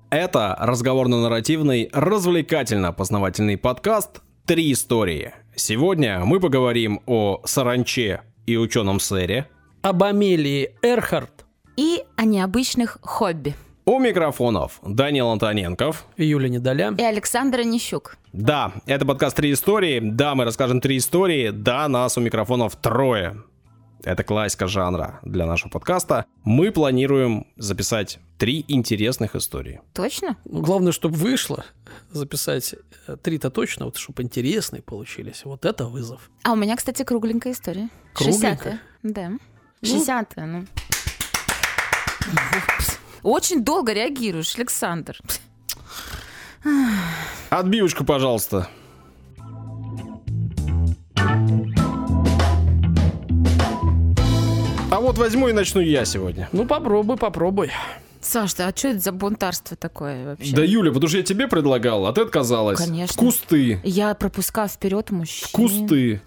Это разговорно-нарративный, развлекательно-познавательный подкаст «Три истории». Сегодня мы поговорим о саранче и ученом сэре, об Амелии Эрхарт и о необычных хобби. У микрофонов Данил Антоненков, Юлия Недоля И Александр Онищук. Да, это подкаст «Три истории». Да, мы расскажем три истории. Да, нас у микрофонов трое. Это классика жанра для нашего подкаста. Мы планируем записать 3 интересных истории. Точно? Главное, чтобы вышло записать 3-то точно, вот чтобы интересные получились. Вот это вызов. А у меня, кстати, кругленькая история. Кругленькая? 60-я. Да. 60-я, ну. Очень долго реагируешь, Александр. Отбивочку, пожалуйста. А вот возьму и начну я сегодня. Ну, попробуй. Саш, а что это за бунтарство такое вообще? Да, Юля, потому что я тебе предлагал, а ты отказалась. Конечно. В кусты. Я пропускаю вперед мужчин. В кусты.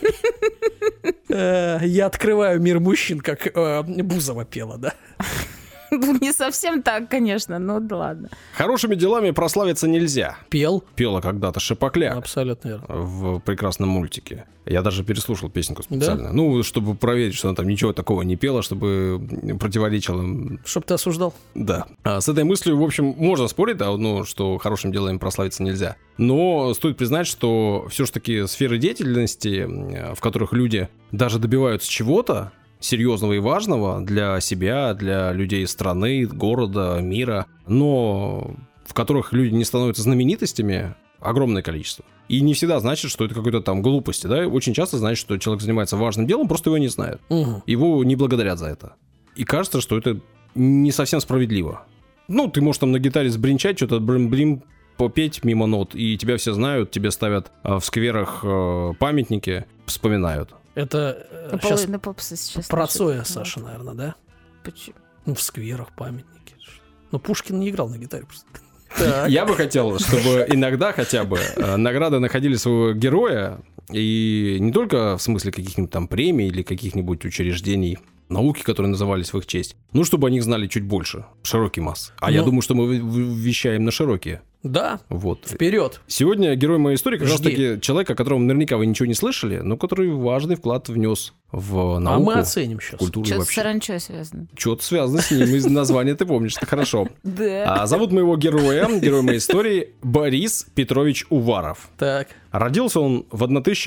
Я открываю мир мужчин, как Бузова пела, да? Не совсем так, конечно, но да ладно. Хорошими делами прославиться нельзя. Пела Когда-то Шипокляк. Абсолютно верно. В прекрасном мультике. Я даже переслушал песенку специально. Да? Ну, чтобы проверить, что она там ничего такого не пела, чтобы противоречило. Чтоб ты осуждал. Да. А с этой мыслью, в общем, можно спорить, да, ну, что хорошим делом прославиться нельзя. Но стоит признать, что все-таки сферы деятельности, в которых люди даже добиваются чего-то серьезного и важного для себя, для людей страны, города, мира, но в которых люди не становятся знаменитостями, огромное количество. И не всегда значит, что это какой-то там глупости, да? Очень часто значит, что человек занимается важным делом, просто его не знают. Угу. Его не благодарят за это. И кажется, что это не совсем справедливо. Ну, ты можешь там на гитаре сбринчать, что-то брим-брим, попеть мимо нот, и тебя все знают, тебе ставят в скверах памятники, вспоминают. Это сейчас про Цоя, Саша, наверное, да? Почему? Ну, в скверах памятники. Ну, Пушкин не играл на гитаре просто. Я бы хотел, чтобы иногда хотя бы награды находили своего героя, и не только в смысле каких-нибудь там премий или каких-нибудь учреждений науки, которые назывались в их честь, ну, чтобы о них знали чуть больше, широкий масс. Я думаю, что мы вещаем на широкие. Да, вот. Вперед. Сегодня герой моей истории как раз таки человек, о котором наверняка вы ничего не слышали, но который важный вклад внес в науку. А мы оценим сейчас. Культуру Что-то вообще. с саранчой связано. Что-то связано с ним, из названия ты помнишь, это хорошо. Да. Зовут моего героя, герой моей истории, Борис Петрович Уваров. Так. Родился он в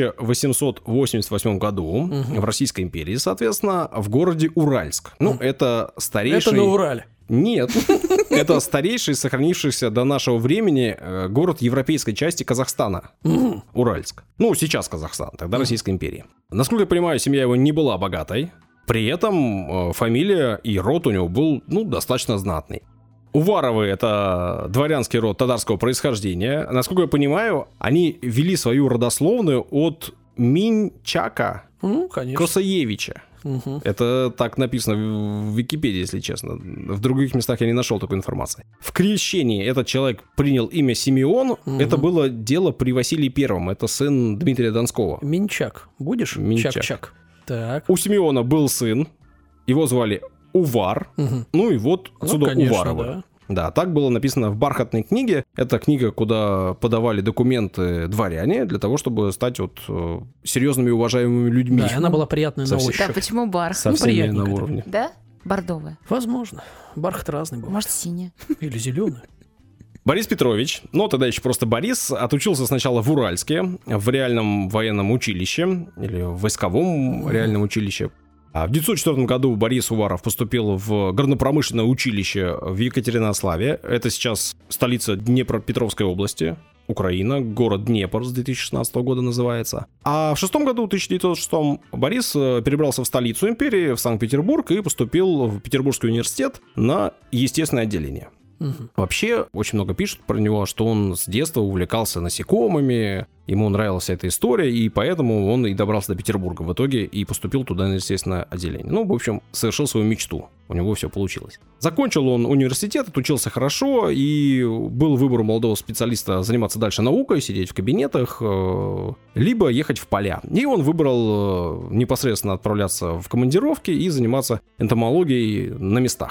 1888 году в Российской империи, соответственно, в городе Уральск. Ну, это старейший... Это на Урале. Нет, это старейший, сохранившийся до нашего времени город европейской части Казахстана. Уральск. Ну, сейчас Казахстан, тогда Российская империя. Насколько я понимаю, семья его не была богатой. При этом фамилия и род у него был, ну, достаточно знатный. Уваровы — это дворянский род татарского происхождения. Насколько я понимаю, они вели свою родословную от Минчака Косаевича. Угу. Это так написано в Википедии, если честно. В других местах я не нашел такой информации. В крещении этот человек принял имя Симеон. Это было дело при Василии Первом. Это сын Дмитрия Донского. Минчак. Будешь? Минчак. Чак-чак. Так. У Симеона был сын. Его звали Увар. Ну и вот отсюда конечно, Уваровы. Да. Да, так было написано в бархатной книге. Это книга, куда подавали документы дворяне для того, чтобы стать вот серьезными и уважаемыми людьми. Да, и она была приятная на ощупь. Да, почему бархат? Совсем приятненько на уровне. Да? Бордовая. Возможно. Бархат разный был. Может, синяя. Или зеленый. Борис Петрович, ну тогда еще просто Борис, отучился сначала в Уральске, в реальном военном училище, или в войсковом реальном училище. А в 1904 году Борис Уваров поступил в горно-промышленное училище в Екатеринославе. Это сейчас столица Днепропетровской области, Украина, город Днепр с 2016 года называется. А в 1906 Борис перебрался в столицу империи, в Санкт-Петербург, и поступил в Петербургский университет на естественное отделение. Вообще, очень много пишут про него, что он с детства увлекался насекомыми, ему нравилась эта история, и поэтому он и добрался до Петербурга в итоге и поступил туда на естественное отделение. Ну, в общем, совершил свою мечту. У него все получилось. Закончил он университет, отучился хорошо, и был выбор у молодого специалиста заниматься дальше наукой, сидеть в кабинетах, либо ехать в поля. И он выбрал непосредственно отправляться в командировки и заниматься энтомологией на местах.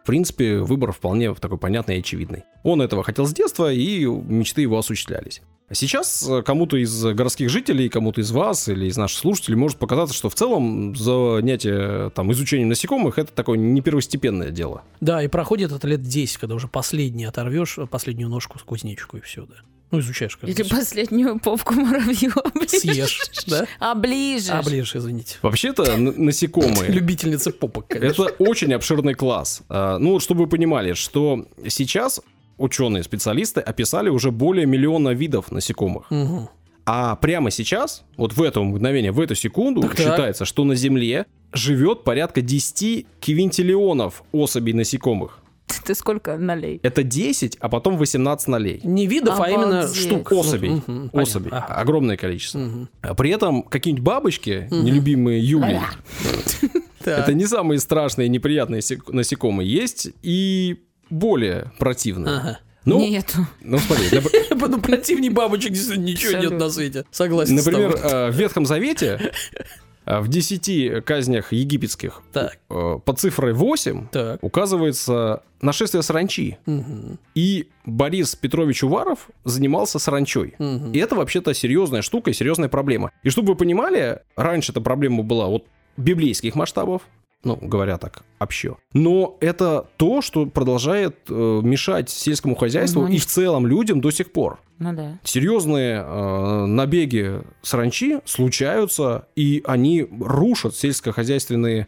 В принципе, выбор вполне такой понятный и очевидный. Он этого хотел с детства, и мечты его осуществлялись. Сейчас кому-то из городских жителей, кому-то из вас или из наших слушателей может показаться, что в целом занятие там, изучением насекомых — это такое не первостепенное дело. Да, и проходит это лет 10, когда уже оторвешь последнюю ножку с кузнечику и все, да. Ну, изучаешь как. Или последнюю попку муравью оближешь. Съешь, да? Оближешь. Оближешь, извините. Вообще-то насекомые... Любительница попок, конечно. Это очень обширный класс. Ну, вот чтобы вы понимали, что сейчас ученые, специалисты описали уже более 1 миллиона видов насекомых. Угу. А прямо сейчас, вот в это мгновение, в эту секунду, Так. считается, что на Земле живет порядка 10 квинтиллионов особей насекомых. Ты сколько налей? Это 10, а потом 18 нолей. Не видов, а именно Обалдеть. штук. Особей. Мгм, понятно. Особей. Ага. Огромное количество. Мгм. При этом какие-нибудь бабочки, нелюбимые Юлей, Так. это не самые страшные и неприятные насекомые. Есть и более противные. Ага. Ну, Нету. ну смотри, Ну, противней бабочек действительно ничего нет Абсолютно. на свете. Согласен например, с тобой. в Ветхом Завете в 10 казнях египетских Так, под цифрой 8 так. указывается нашествие саранчи. Мгм, И Борис Петрович Уваров занимался саранчой. мгм. И это вообще-то серьезная штука и серьезная проблема. И чтобы вы понимали, раньше эта проблема была вот библейских масштабов, ну, говоря так, общо. Но это то, что продолжает мешать сельскому хозяйству Ну, и в целом людям до сих пор. Ну да. Серьезные набеги саранчи случаются, и они рушат сельскохозяйственные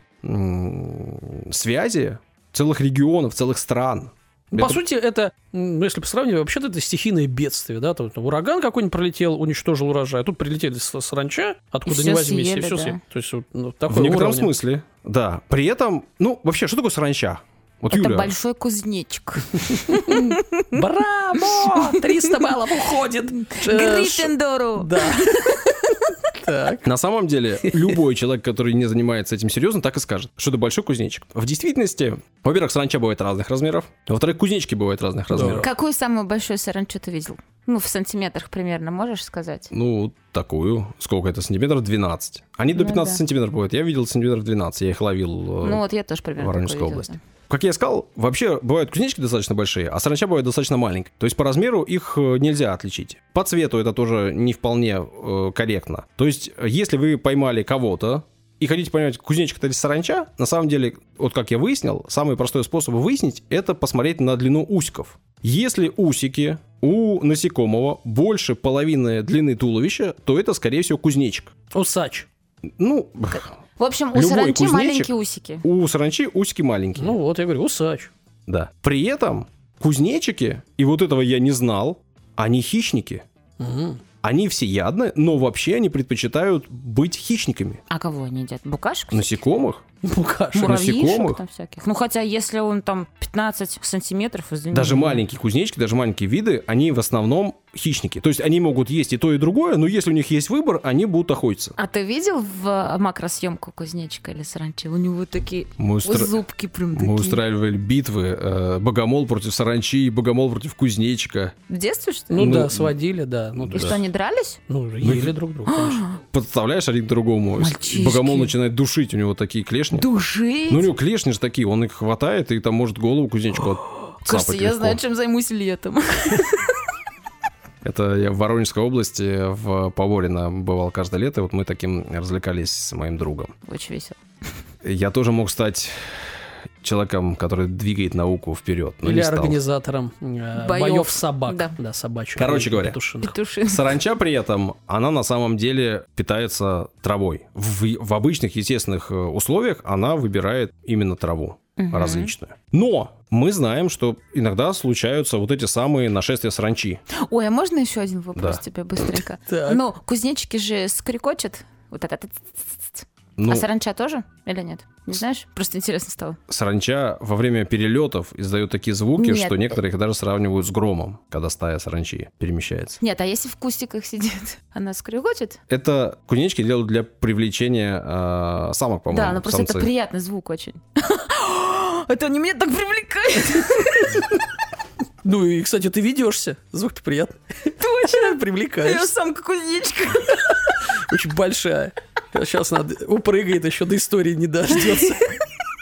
связи целых регионов, целых стран. Ну, По Это- сути, это, если по сравнению, вообще-то это стихийное бедствие, да, там ураган какой-нибудь пролетел, уничтожил урожай, а тут прилетели саранча, откуда всё не возьмись, и съели, все да. съели. То есть, вот, ну, В такой некотором уровень. смысле, да. При этом, ну, вообще, что такое саранча? Вот, Это Юля, большой кузнечик. Браво! 300 баллов уходит! Гриффиндору. Да. Так. на самом деле, любой человек, который не занимается этим серьезно, так и скажет, что это большой кузнечик. В действительности, во-первых, саранча бывает разных размеров, во-вторых, кузнечики бывают разных размеров. Какую самую большую саранчу ты видел? Ну, в сантиметрах примерно, можешь сказать? Ну, такую. Сколько это? Сантиметров 12. Они до Ну 15 да. сантиметров бывают. Я видел сантиметров 12. Я их ловил Ну, вот я тоже примерно Воронежской такую видела, области. да. Как я сказал, вообще бывают кузнечики достаточно большие, а саранча бывает достаточно маленькая. То есть по размеру их нельзя отличить. По цвету это тоже не вполне корректно. То есть если вы поймали кого-то и хотите понять, кузнечик это или саранча, на самом деле, вот как я выяснил, самый простой способ выяснить — это посмотреть на длину усиков. Если усики у насекомого больше половины длины туловища, то это, скорее всего, кузнечик. Усач. Ну, В общем, у Любой саранчи кузнечик- маленькие усики. у саранчи усики маленькие. Ну вот, я говорю, усач. Да. При этом кузнечики, и вот этого я не знал, они хищники. Мгм. Они всеядны, но вообще они предпочитают быть хищниками. А кого они едят? Букашек? Насекомых. Букаш. Муравьишек насекомых. там всяких. Ну, хотя, если он там 15 сантиметров, извини. Даже маленькие кузнечики, даже маленькие виды, они в основном хищники. То есть они могут есть и то, и другое, но если у них есть выбор, они будут охотиться. А ты видел в макросъемку кузнечика или саранчи? У него такие Мы, зубки прям мы такие. устраивали битвы, богомол против саранчи, богомол против кузнечика. В детстве, что ли? Ну Ну, да, сводили, да. Ну, И то что, есть, они дрались? ну, ели друг друга, конечно. Подставляешь один к другому. Мальчишки. Богомол начинает душить, у него такие клешни. Душить? Ну, у него клешни же такие, он их хватает и там может голову кузнечику Кажется, отцапать я легко. знаю, чем займусь летом. Это я в Воронежской области, в Поворино бывал каждое лето, и вот мы таким развлекались с моим другом. Очень весело. Я тоже мог стать человеком, который двигает науку вперед, но Или не стал. организатором Боёв. боев собак. Да. Да, собачьих. Короче и говоря. петушиных. Петушин. Саранча при этом, она на самом деле питается травой. В обычных естественных условиях она выбирает именно траву различную. Но мы знаем, что иногда случаются вот эти самые нашествия саранчи. Ой, а можно еще один вопрос Да. тебе быстренько? Так. Ну, кузнечики же скрикочут. Вот это. Ну, А саранча тоже? Или нет? Не знаешь? Просто интересно стало. саранча во время перелетов издает такие звуки, Нет. что некоторые их даже сравнивают с громом, когда стая саранчи перемещается. Нет, а если в кустиках сидит, она скрикочет? Это кузнечики делают для привлечения самок, по-моему. Да, но просто это самцы. приятный звук очень. Это не меня так привлекает. Ну и, кстати, ты ведешься. Звук-то приятный. Точно. Я Привлекаешь. самка кузнечка. Очень большая. Сейчас надо упрыгает, еще до истории не дождется.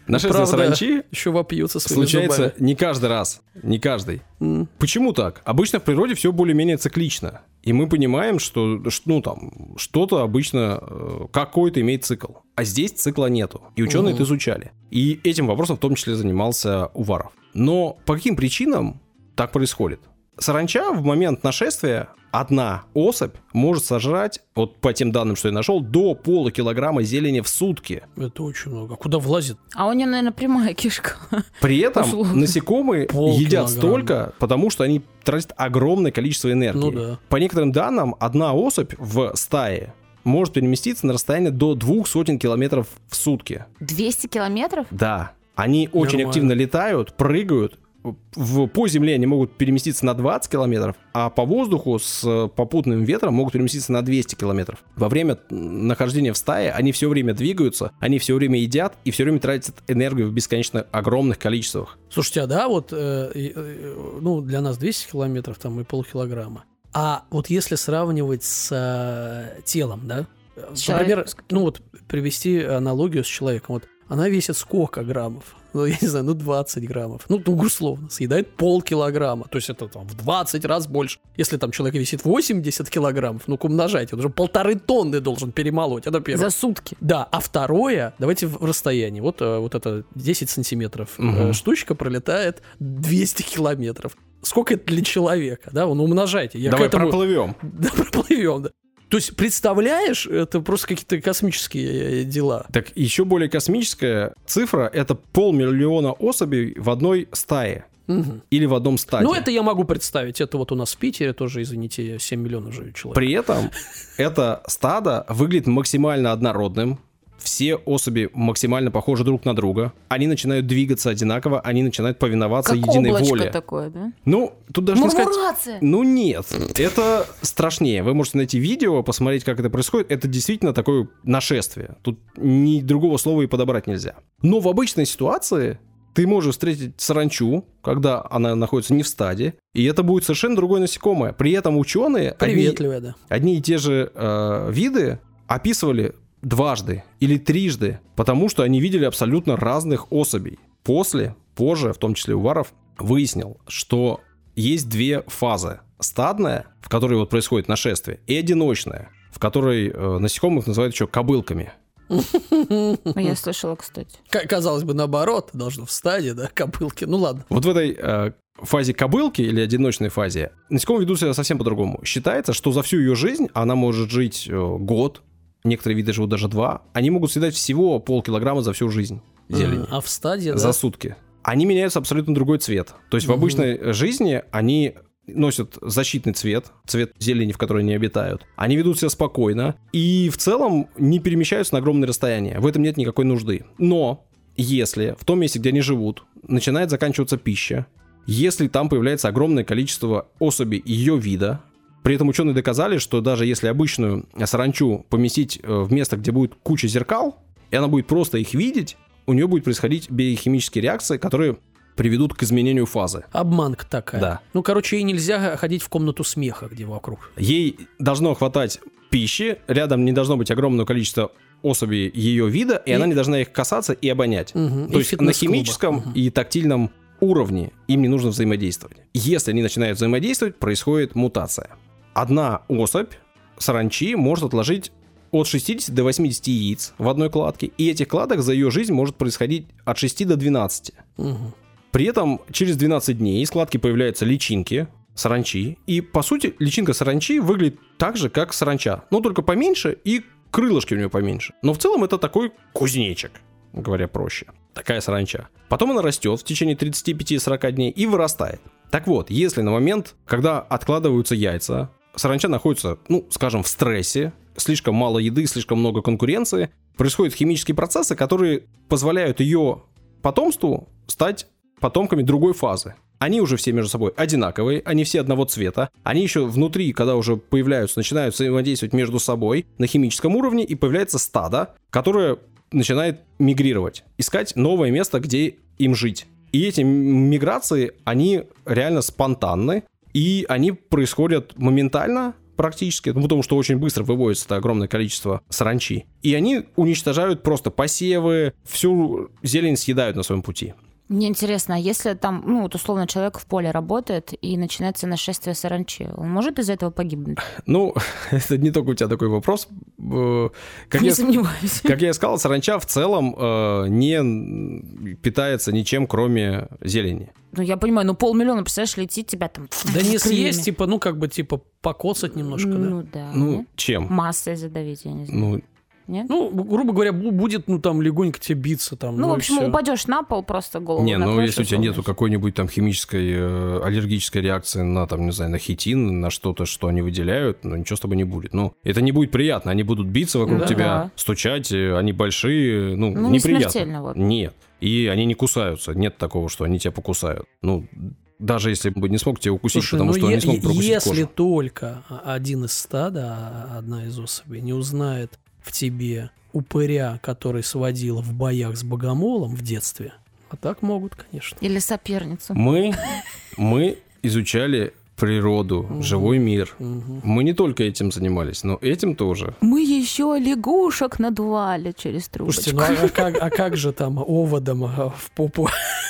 Нашествие саранчи еще вопьются своими случается зубами. не каждый раз, не каждый. Почему так? Обычно в природе все более-менее циклично. И мы понимаем, что что-то обычно какой-то имеет цикл. А здесь цикла нету. И ученые это изучали. И этим вопросом в том числе занимался Уваров. Но по каким причинам так происходит? Саранча в момент нашествия, одна особь может сожрать, вот по тем данным, что я нашел, до полукилограмма зелени в сутки. Это очень много. А куда влазит? А у нее, наверное, прямая кишка. При этом Условно. насекомые едят столько, потому что они тратят огромное количество энергии. Ну да. По некоторым данным, одна особь в стае может переместиться на расстояние до 200 километров в сутки. 200 километров? Да. Они очень активно летают, прыгают. По земле они могут переместиться на 20 километров, а по воздуху с попутным ветром могут переместиться на 200 километров. Во время нахождения в стае они все время двигаются, они все время едят и все время тратят энергию в бесконечно огромных количествах. Слушайте, а да, вот для нас 200 километров там и полкилограмма. А вот если сравнивать с телом, да? Например, привести аналогию с человеком. Вот она весит сколько граммов? Я не знаю, 20 граммов. Условно, съедает полкилограмма. То есть это там в 20 раз больше. Если там человек весит 80 килограммов, умножайте, он уже 1,5 тонны должен перемолоть. Это первое. За сутки. Да, а второе, давайте в расстоянии. Вот это 10 сантиметров штучка пролетает 200 километров. Сколько это для человека, да? Умножайте. Давай проплывем. Да, проплывем, да. То есть, представляешь, это просто какие-то космические дела. Так еще более космическая цифра — это 500 000 особей в одной стае. Или в одном стаде. Это я могу представить. Это вот у нас в Питере тоже, извините, 7 миллионов живет человек. При этом это стадо выглядит максимально однородным. Все особи максимально похожи друг на друга. Они начинают двигаться одинаково, они начинают повиноваться единой воле. Такое, да? Тут даже не сказать... Мурмурация! Нет, это страшнее. Вы можете найти видео, посмотреть, как это происходит. Это действительно такое нашествие. Тут ни другого слова и подобрать нельзя. Но в обычной ситуации ты можешь встретить саранчу, когда она находится не в стаде, и это будет совершенно другое насекомое. При этом ученые... Приветливое, да. Одни и те же виды описывали дважды или трижды, потому что они видели абсолютно разных особей. Позже, в том числе Уваров, выяснил, что есть две фазы. Стадная, в которой вот происходит нашествие, и одиночная, в которой насекомых называют еще кобылками. Я слышала, кстати. Казалось бы, наоборот, должно в стаде, да, кобылки. Ладно. Вот в этой фазе кобылки или одиночной фазе насекомые ведут себя совсем по-другому. Считается, что за всю ее жизнь она может жить год, некоторые виды живут даже 2, они могут съедать всего полкилограмма за всю жизнь зелени. А в стадии, за сутки. Они меняются абсолютно другой цвет. То есть в обычной жизни они носят защитный цвет зелени, в которой они обитают. Они ведут себя спокойно и в целом не перемещаются на огромные расстояния. В этом нет никакой нужды. Но если в том месте, где они живут, начинает заканчиваться пища, если там появляется огромное количество особей ее вида, при этом ученые доказали, что даже если обычную саранчу поместить в место, где будет куча зеркал, и она будет просто их видеть, у нее будет происходить биохимические реакции, которые приведут к изменению фазы. Обманка такая. Да. Ей нельзя ходить в комнату смеха, где вокруг. Ей должно хватать пищи, рядом не должно быть огромного количества особей ее вида, и она не должна их касаться и обонять. То есть на химическом и тактильном уровне им не нужно взаимодействовать. Если они начинают взаимодействовать, происходит мутация. Одна особь саранчи может отложить от 60 до 80 яиц в одной кладке, и этих кладок за ее жизнь может происходить от 6 до 12. При этом через 12 дней из кладки появляются личинки саранчи, и по сути личинка саранчи выглядит так же, как саранча, но только поменьше и крылышки у нее поменьше. Но в целом это такой кузнечик, говоря проще. Такая саранча. Потом она растет в течение 35-40 дней и вырастает. Так вот, если на момент, когда откладываются яйца, саранча находится, скажем, в стрессе, слишком мало еды, слишком много конкуренции, происходят химические процессы, которые позволяют ее потомству стать потомками другой фазы. Они уже все между собой одинаковые, они все одного цвета, они еще внутри, когда уже появляются, начинают взаимодействовать между собой на химическом уровне, и появляется стадо, которое начинает мигрировать, искать новое место, где им жить. И эти миграции, они реально спонтанны, и они происходят моментально, практически, потому что очень быстро выводится это огромное количество саранчи. И они уничтожают просто посевы, всю зелень съедают на своем пути. Мне интересно, а если там, ну, вот условно, человек в поле работает и начинается нашествие саранчи, он может из-за этого погибнуть? Ну, это не только у тебя такой вопрос. Не сомневаюсь. Как я сказал, саранча в целом не питается ничем, кроме зелени. Ну, я понимаю, 500 000, представляешь, летит тебя там... Да не съесть, типа, ну, как бы, типа, покоцать немножко, да? Ну, да. Ну, чем? Массой задавить, я не знаю. Ну, нет? Ну, грубо говоря, будет, ну, там, легонько тебе биться, там. Ну, в общем, упадешь на пол, просто голову не, ну, накроешь, если у тебя нету какой-нибудь там химической аллергической реакции на, там, не знаю, на хитин, на что-то, что они выделяют, ну, ничего с тобой не будет. Ну, это не будет приятно, они будут биться вокруг тебя, стучать, они большие, ну неприятно. Смертельно, вот. Нет, и они не кусаются, нет такого, что они тебя покусают. Ну, даже если бы не смог тебя укусить, слушай, потому что он не смог прокусить если кожу. только один из стада, одна из особей, не узнает в тебе упыря, который сводил в боях с богомолом в детстве, а так могут, конечно. Или соперницу. Мы изучали природу, живой мир. Мы не только этим занимались, но этим тоже. Мы еще лягушек надували через трубочку. Слушайте, ну а как же там оводом в попу?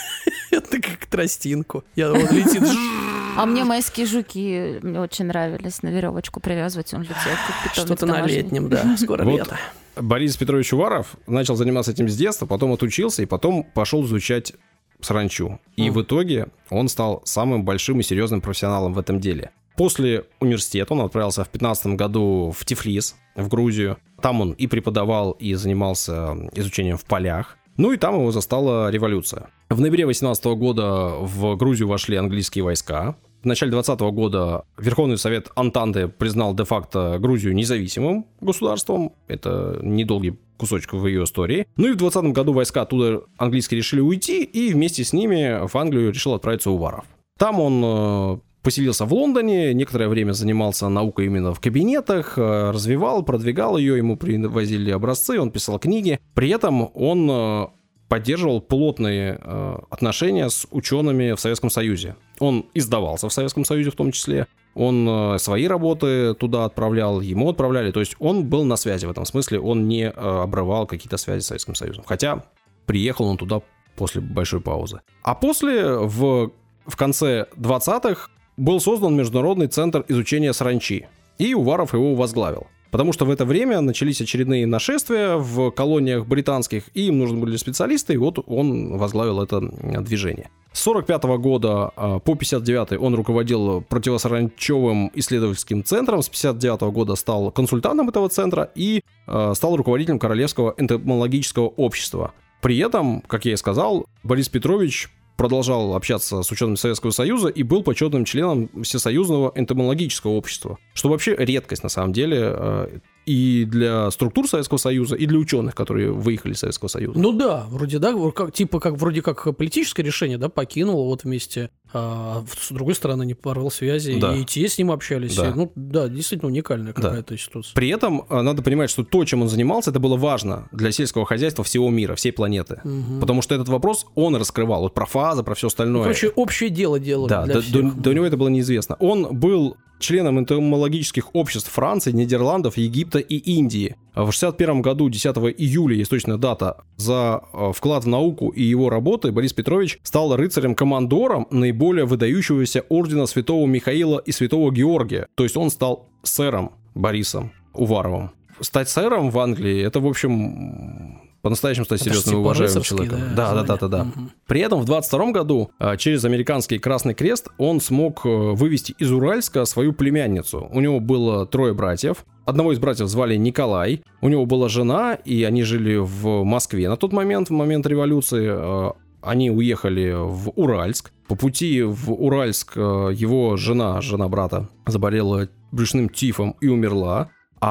Это как тростинку. Он летит. А мне майские жуки мне очень нравились. На веревочку привязывать, он летел как питомец. Что-то на летнем, да, скоро лето. Борис Петрович Уваров начал заниматься этим с детства, потом отучился и потом пошел изучать саранчу. И в итоге он стал самым большим и серьезным профессионалом в этом деле. После университета он отправился в 2015 году в Тифлис, в Грузию. Там он и преподавал, и занимался изучением в полях. Ну и там его застала революция. В ноябре 2018 года в Грузию вошли английские войска. В начале 2020 года Верховный Совет Антанты признал де-факто Грузию независимым государством. Это недолгий кусочек в ее истории. Ну и в 2020 году войска оттуда английские решили уйти, и вместе с ними в Англию решил отправиться Уваров. Там он поселился в Лондоне, некоторое время занимался наукой именно в кабинетах, развивал, продвигал ее, ему привозили образцы, он писал книги. При этом он поддерживал плотные отношения с учеными в Советском Союзе. Он издавался в Советском Союзе в том числе, он свои работы туда отправлял, ему отправляли, то есть он был на связи в этом смысле, он не обрывал какие-то связи с Советским Союзом. Хотя приехал он туда после большой паузы. А после, в конце 20-х, был создан Международный центр изучения саранчи, и Уваров его возглавил. Потому что в это время начались очередные нашествия в колониях британских, и им нужны были специалисты, и вот он возглавил это движение. С 1945 года по 1959 он руководил противосаранчевым исследовательским центром, с 1959 года стал консультантом этого центра и стал руководителем Королевского энтомологического общества. При этом, как я и сказал, Борис Петрович продолжал общаться с учеными Советского Союза и был почетным членом Всесоюзного энтомологического общества, что вообще редкость на самом деле и для структур Советского Союза, и для ученых, которые выехали из Советского Союза. Ну да, вроде да, вроде как политическое решение, да, покинул вот вместе, а с другой стороны не порвал связи, да. И те с ним общались. Да. Ну да, действительно уникальная какая-то ситуация. При этом надо понимать, что то, чем он занимался, это было важно для сельского хозяйства всего мира, всей планеты. Угу. Потому что этот вопрос он раскрывал, вот про фазы, про все остальное. Короче, общее дело делали для всех. До него это было неизвестно. Он был членом энтомологических обществ Франции, Нидерландов, Египта и Индии. В 1961 году, 10 июля, есть точная дата, за вклад в науку и его работы Борис Петрович стал рыцарем-командором наиболее выдающегося ордена Святого Михаила и Святого Георгия. То есть он стал сэром Борисом Уваровым. Стать сэром в Англии, это, в общем, по-настоящему стать серьезным и уважаемым человеком. Да. Угу. При этом в 1922 году через американский Красный Крест он смог вывести из Уральска свою племянницу. У него было 3 братьев. Одного из братьев звали Николай. У него была жена, и они жили в Москве на тот момент, в момент революции. Они уехали в Уральск. По пути в Уральск его жена брата, заболела брюшным тифом и умерла.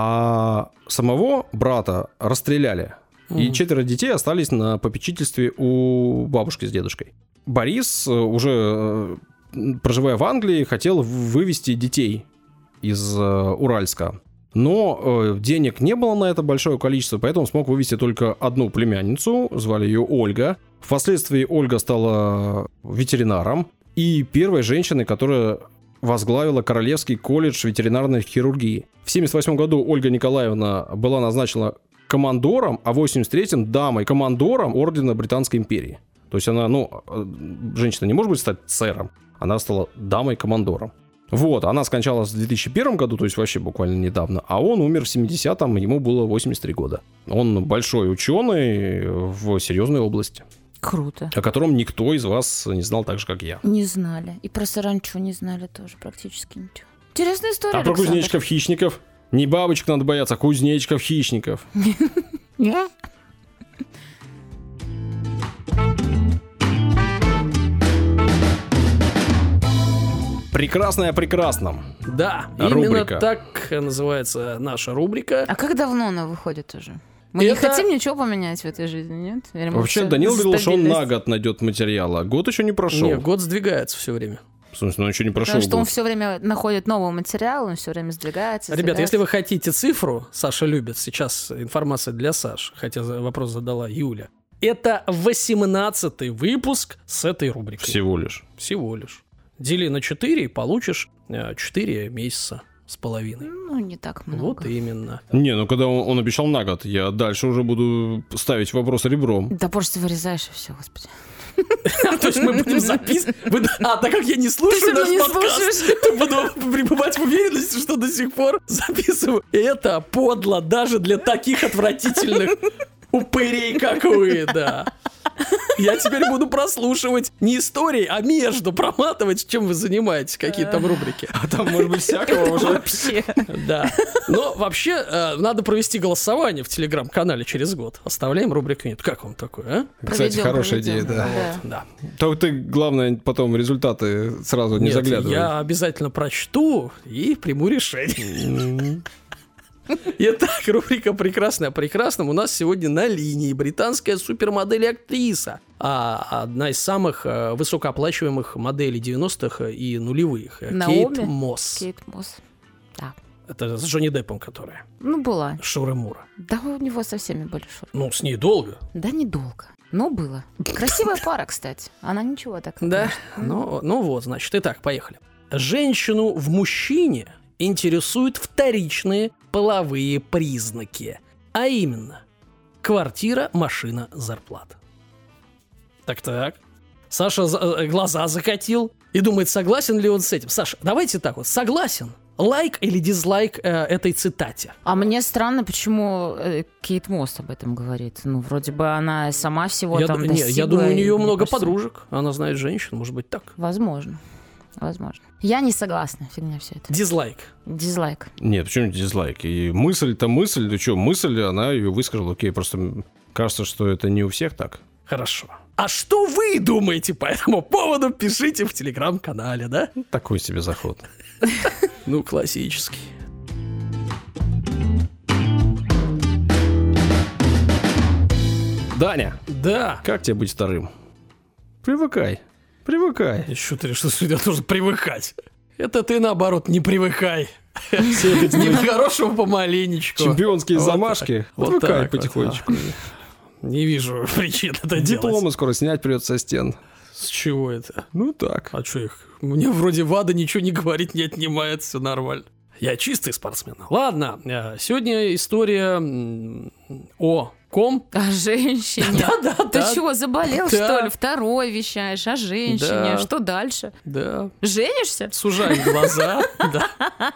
А самого брата расстреляли. И 4 детей остались на попечительстве у бабушки с дедушкой. Борис, уже проживая в Англии, хотел вывести детей из Уральска. Но денег не было на это большое количество, поэтому смог вывести только одну племянницу, звали ее Ольга. Впоследствии Ольга стала ветеринаром и первой женщиной, которая возглавила Королевский колледж ветеринарной хирургии. В 1978 году Ольга Николаевна была назначена командором, а в 1983-м дамой-командором ордена Британской империи. То есть она, женщина не может быть стать сэром, она стала дамой-командором. Вот, она скончалась в 2001 году, то есть вообще буквально недавно, а он умер в 70-м, ему было 83 года. Он большой ученый в серьезной области. Круто. О котором никто из вас не знал так же, как я. Не знали. И про саранчу не знали тоже практически ничего. Интересная история, А про кузнечиков-хищников? Не бабочек надо бояться, а кузнечиков-хищников. Прекрасное о прекрасном. Да, рубрика. Именно так называется наша рубрика. А как давно она выходит уже? Мы не хотим ничего поменять в этой жизни, нет? Вообще, Данил говорил, что он на год найдет материала. Год еще не прошел. Нет, год сдвигается все время. В смысле, он еще не прошел. Потому что он все время находит новый материал, он все время сдвигается. Ребята, если вы хотите цифру, Саша любит, сейчас информация для Саши, хотя вопрос задала Юля. Это 18-й выпуск с этой рубрикой. Всего лишь. Всего лишь. Дели на 4 и получишь 4 месяца с половиной. Ну, не так много. Вот именно. Не, когда он обещал на год, я дальше уже буду ставить вопрос ребром. Да просто вырезаешь и все, господи. То есть мы будем записывать... так как я не слушаю наш подкаст, то буду пребывать в уверенности, что до сих пор записываю. Это подло даже для таких отвратительных упырей, как вы, да. Я теперь буду прослушивать не истории, а между проматывать, чем вы занимаетесь, какие там рубрики. А там может быть всякого уже. Вообще. Да. Но вообще надо провести голосование в Телеграм-канале через год. Оставляем рубрику «Нет». Как вам такое, а? Кстати, хорошая идея, да. Да. Только ты, главное, потом результаты сразу не заглядывай. Я обязательно прочту и приму решение. Итак, рубрика «Прекрасное о прекрасном» у нас сегодня на линии британская супермодель и актриса, одна из самых высокооплачиваемых моделей 90-х и нулевых. Кейт Мосс. Кейт Мосс, да. Это с Джонни Деппом, которая. Ну, была. Шура Мура. Да, у него со всеми были шуры. Ну, с ней долго. Да, недолго. Но было. Красивая пара, кстати. Она ничего так. Да, ну вот, значит, итак, поехали. Женщину в мужчине интересуют вторичные половые признаки, а именно квартира, машина, зарплата. Так. Саша глаза закатил и думает, согласен ли он с этим. Саша, давайте так вот, согласен? Лайк или дизлайк этой цитате? А мне странно, почему Кейт Мосс об этом говорит. Ну, вроде бы она сама всего там достигла. Я думаю, у нее много подружек. Она знает женщин, может быть, так. Возможно. Я не согласна, фигня все это. Дизлайк. Нет, почему дизлайк? И мысль-то мысль, ты что, мысль, она ее высказала, окей, просто кажется, что это не у всех так. Хорошо. А что вы думаете по этому поводу? Пишите в Телеграм-канале, да? Такой себе заход. Ну, классический. Даня. Да. Как тебе быть вторым? Привыкай. Еще ты решил, что я должен привыкать. Это ты, наоборот, не привыкай. Нехорошего помаленечку. Чемпионские замашки. Привыкай потихонечку. Не вижу причин это делать. Дипломы скоро снять придется со стен. С чего это? Ну так. А что их? Мне вроде ВАДА ничего не говорит, не отнимает, все нормально. Я чистый спортсмен. Ладно, сегодня история о ком? О женщине. Да. Ты чего, заболел, что ли? Второй вещаешь о женщине. Да. Что дальше? Да. Женишься? Сужай глаза. Да.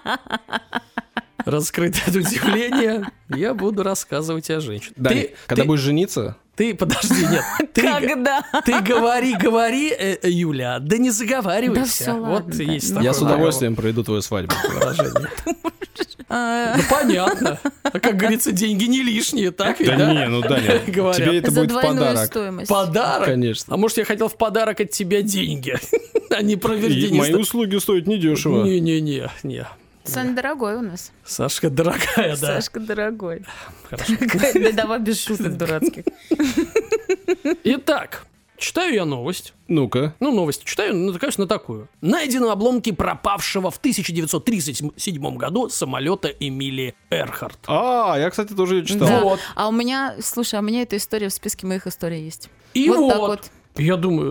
Раскрыть от удивления, я буду рассказывать о женщине. Когда будешь жениться? Ты, подожди, нет. Когда? Ты говори, Юля, да не заговаривайся. Да все, ладно. Вот есть Я с удовольствием проведу твою свадьбу. Ну, понятно. Как говорится, деньги не лишние, так ведь, да? Да не, ну, Даня, тебе это За будет в двойную подарок. стоимость. Подарок? Конечно. А может, я хотел в подарок от тебя деньги, а не проведение. Мои услуги стоят недешево. Не. Саня дорогой у нас. Сашка дорогая, да. Сашка дорогой. Хорошо. Да давай без шуток дурацких. Итак, читаю я новость. Ну-ка. Новость читаю, конечно, такую. Найдены обломки пропавшего в 1937 году самолета Эмилии Эрхарт. Я, кстати, тоже ее читал. Да. Вот. А у меня, слушай, эта история в списке моих историй есть. И вот так вот. Я думаю... Вот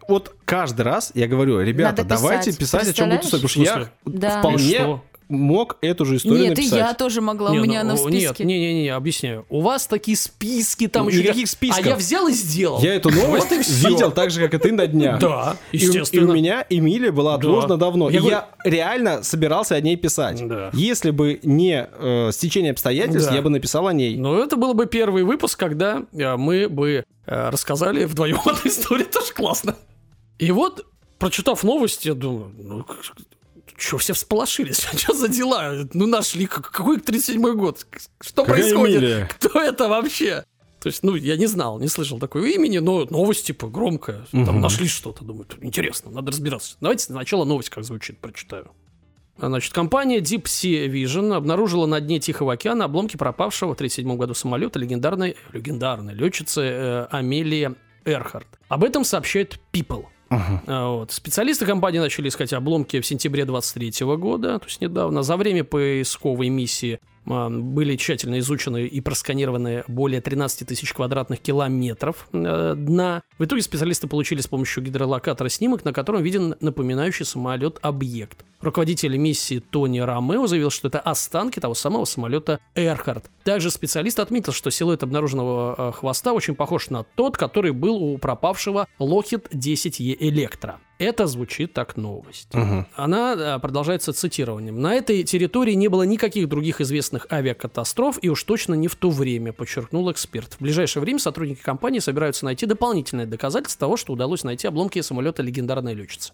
вот каждый раз я говорю, ребята, давайте писать, о чем будете писать, потому что я вполне мог эту же историю написать. Нет, и я тоже могла, у меня она в списке. Не, объясняю. У вас такие списки там еще. Никаких списков. А я взял и сделал. Я эту новость видел так же, как и ты на днях. Да, естественно. И у меня Эмилия была отложена давно. И я реально собирался о ней писать. Да. Если бы не стечение обстоятельств, я бы написал о ней. Но это был бы первый выпуск, когда мы бы рассказали вдвоем эту историю. Тоже классно. И вот, прочитав новости, я думаю, что, все всполошились? Что за дела? Нашли. Какой 37-й год? Что происходит? Эмилия? Кто это вообще? То есть, я не знал, не слышал такого имени, но новость, типа, громкая. Там нашли что-то. Думаю, интересно, надо разбираться. Давайте сначала новость, как звучит, прочитаю. Значит, компания Deep Sea Vision обнаружила на дне Тихого океана обломки пропавшего в 1937 году самолета легендарной летчицы Амелии Эрхарт. Об этом сообщает People. Вот. Специалисты компании начали искать обломки в сентябре 23 года, то есть недавно. За время поисковой миссии были тщательно изучены и просканированы более 13 тысяч квадратных километров дна. В итоге специалисты получили с помощью гидролокатора снимок, на котором виден напоминающий самолет объект. Руководитель миссии Тони Ромео заявил, что это останки того самого самолета Эрхарт. Также специалист отметил, что силуэт обнаруженного хвоста очень похож на тот, который был у пропавшего Lockheed 10E Electra. Это звучит как новость. Она продолжается цитированием. «На этой территории не было никаких других известных авиакатастроф, и уж точно не в то время», подчеркнул эксперт. В ближайшее время сотрудники компании собираются найти дополнительные доказательства того, что удалось найти обломки самолета легендарной летчицы.